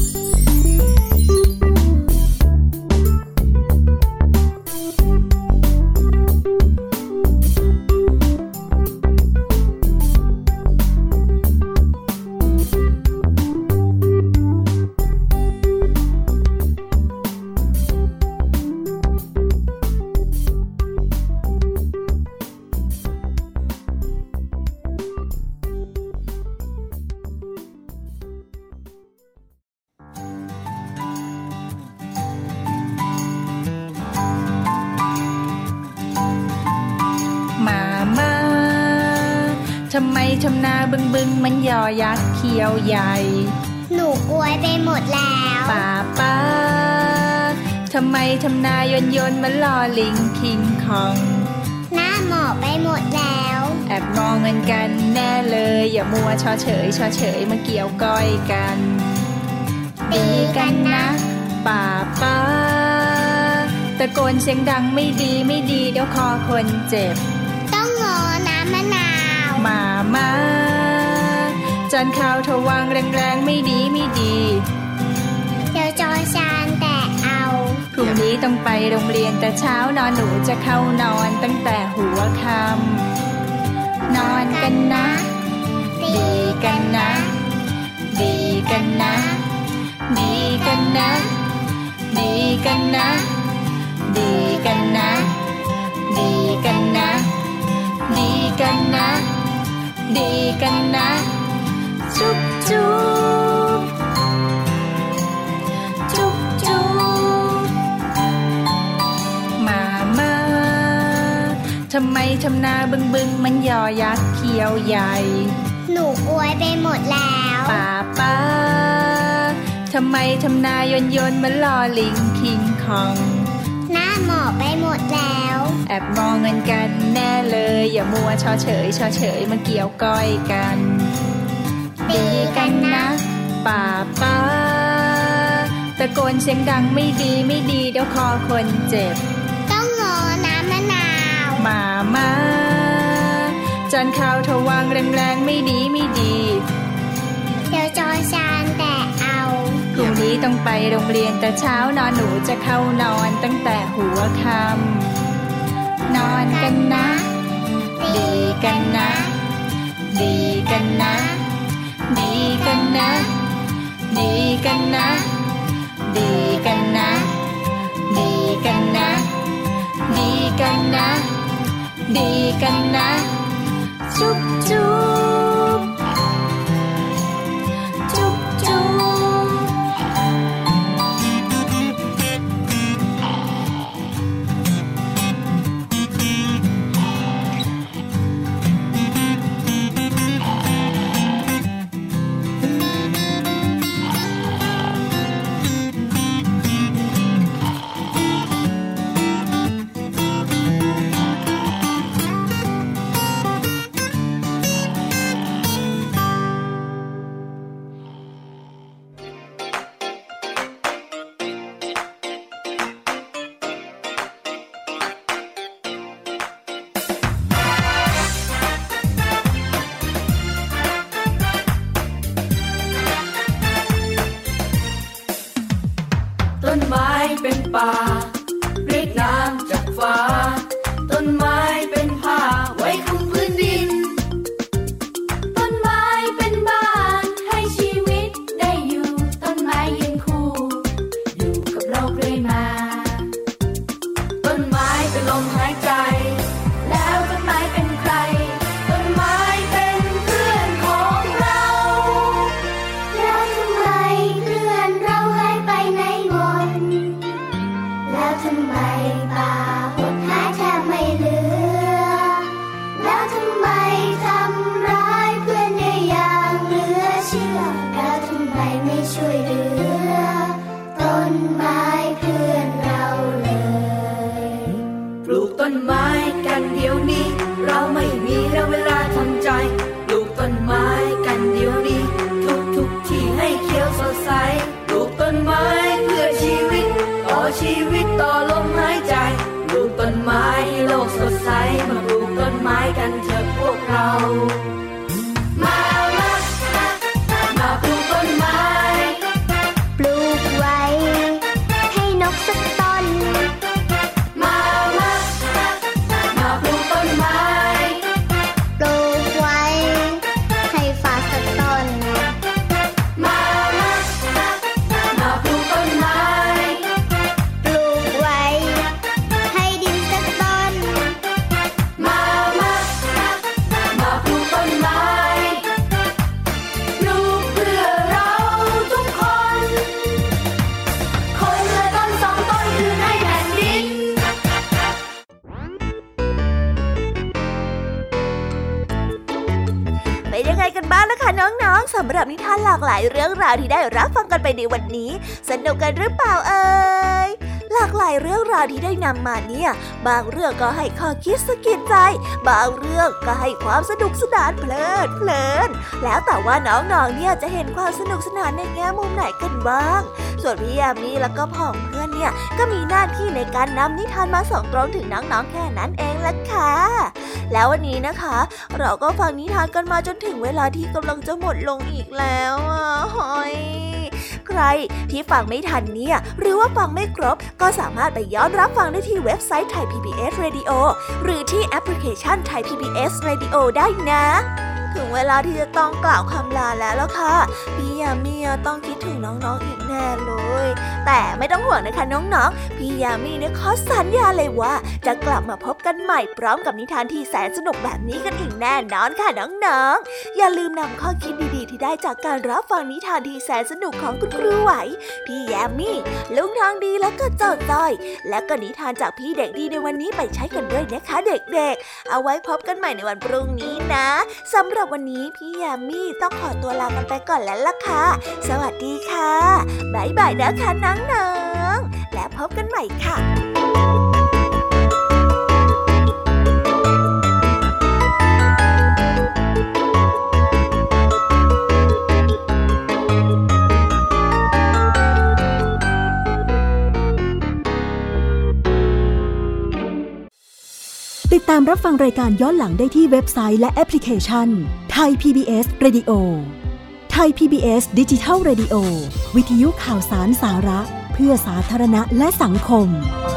ทำไมทำนาบึงมันยอยักษ์เขียวใหญ่หนูกลัวไปหมดแล้วป้าทำไมทำนายนมันลอลิงคิงคองหน้าหมอบไปหมดแล้วแอบมองเงินกันแน่เลยอย่ามัวชอเฉยมาเกี่ยวก้อยกันดีกันนะป้าตะโกนเสียงดังไม่ดีเดี๋ยวคอคนเจ็บต้องงอน้ำมะนาวมาจานข้าวทวางแรงๆไม่ดีเดี๋ยวจอชานแต่เอาพรุ่งนี้ต้องไปโรงเรียนแต่เช้านอนหนูจะเข้านอนตั้งแต่หัวค่ำนอนกันนะดีกันนะดีกันนะดีกันนะดีกันนะดีกันนะดีกันนะดีกันนะดีกันนะจุ๊บจุ๊บจุ๊บจุ๊บมาทำไมทำนาบึงมันยอยักษ์เขียวใหญ่หนูกลัวไปหมดแล้วป้าทำไมทำนายนมันลอลิงคิงคองหมอบไปหมดแล้วแอบมองเงินกันแน่เลยอย่ามัวเฉยมาเกี่ยวก้อยกันดีกันนะป้าตะโกนเสียงดังไม่ดีเดี๋ยวคอคนเจ็บต้องงอน้ำมะนาวมาจานข้าวทวางแรงไม่ดีเดี๋ยวจอชานแต่เอาพรุ่งนี้ต้องไปโรงเรียนแต่เช้านอนหนูจะเข้านอนตั้งแต่หัวค่ำนอนกันนะดีกันนะดีกันนะดีกันนะดีกันนะดีกันนะดีกันนะดีกันนะดีกันนะจุ๊บจุ๊บจุ๊บจุ๊บต้นไม้เป็นป่าเรียกน้ำจากฟ้าต้นไม้เป็นผ้าไว้คลุมพื้นดินต้นไม้เป็นบ้านให้ชีวิตได้อยู่ต้นไม้ยืนคู่อยู่กับเราเรื่อยมาต้นไม้เป็นลมหายใจแล้วต้นไม้เป็นใครต้นไม้เป็นเพื่อนของเราแล้วทำไมเพื่อนเราหายไปไหนหมดแล้วทำไมป่าหดหายแทบไม่เหลือแล้วทำไมทำร้ายเพื่อนได้อย่างเหลือเชื่อแล้วทำไมไม่ช่วยเหลือต้นไม้เพื่อนเราเลยปลูกต้นไม้กันเดี๋ยวนี้เราไม่มีแล้วเวลาทำใจปลูกต้นไม้กันเดี๋ยวนี้ทุกที่ให้เขียวสดใสปลูกต้นไม้เพื่อชีวิตต่อชีวิตต่อลมหายใจปลูกต้นไม้ให้โลกสดใสมาปลูกต้นไม้กันเถอะพวกเรามาปลูกต้นไม้ปลูกไว้ให้นกสักต้นมาปลูกต้นไม้ปลูกไว้ให้ฟ้าสักต้นมาปลูกต้นไม้ปลูกไว้ให้ดินสักต้นมาปลูกต้นไม้ปลูกเพื่อเราทุกคนคนละต้นสองต้นคือให้แผ่นดินเป็นยังไงกันบ้างล่ะคะน้องๆสำหรับนิทานหลากหลายเรื่องราวที่ได้รับฟังกันไปในวันนี้สนุกกันหรือเปล่าเอ่ยหลากหลายเรื่องราวที่ได้นำมาเนี่ยบางเรื่องก็ให้ข้อคิดสะกิดใจบางเรื่องก็ให้ความสนุกสนานเพลินแล้วแต่ว่าน้องๆเนี่ยจะเห็นความสนุกสนานในแง่มุมไหนกันบ้างส่วนพี่ยามีแล้วก็พ่องเพื่อนเนี่ยก็มีหน้าที่ในการนำนิทานมาส่งตรงถึงน้องๆแค่นั้นเองล่ะค่ะแล้ววันนี้นะคะเราก็ฟังนิทานกันมาจนถึงเวลาที่กำลังจะหมดลงอีกแล้วหอยใครที่ฟังไม่ทันเนี่ยหรือว่าฟังไม่ครบก็สามารถไปย้อนรับฟังได้ที่เว็บไซต์ Thai PBS Radio หรือที่แอปพลิเคชัน Thai PBS Radio ได้นะถึงเวลาที่จะต้องกล่าวคำลาแล้วล่ะค่ะพี่ยามีต้องคิดถึงน้องๆอีกแน่เลยแต่ไม่ต้องห่วงนะคะน้องๆพี่ยามีเนี่ยขอสัญญาเลยว่าจะกลับมาพบกันใหม่พร้อมกับนิทานที่แสนสนุกแบบนี้กันอีกแน่นอนค่ะน้องๆอย่าลืมนำข้อคิดดีๆที่ได้จากการรับฟังนิทานที่แสนสนุกของคุณครูไหวพี่ยามีลุงทองดีแล้วก็เจ้าจ้อยและก็นิทานจากพี่เด็กดีในวันนี้ไปใช้กันด้วยนะคะเด็กๆเอาไว้พบกันใหม่ในวันพรุ่งนี้นะสำหรับวันนี้พี่ยามีต้องขอตัวลากันไปก่อนแล้วล่ะค่ะสวัสดีค่ะบ๊ายบายนะคะน้องๆและพบกันใหม่ค่ะติดตามรับฟังรายการย้อนหลังได้ที่เว็บไซต์และแอปพลิเคชัน Thai PBS Radio Thai PBS Digital Radio วิทยุข่าวสารสาระเพื่อสาธารณะและสังคม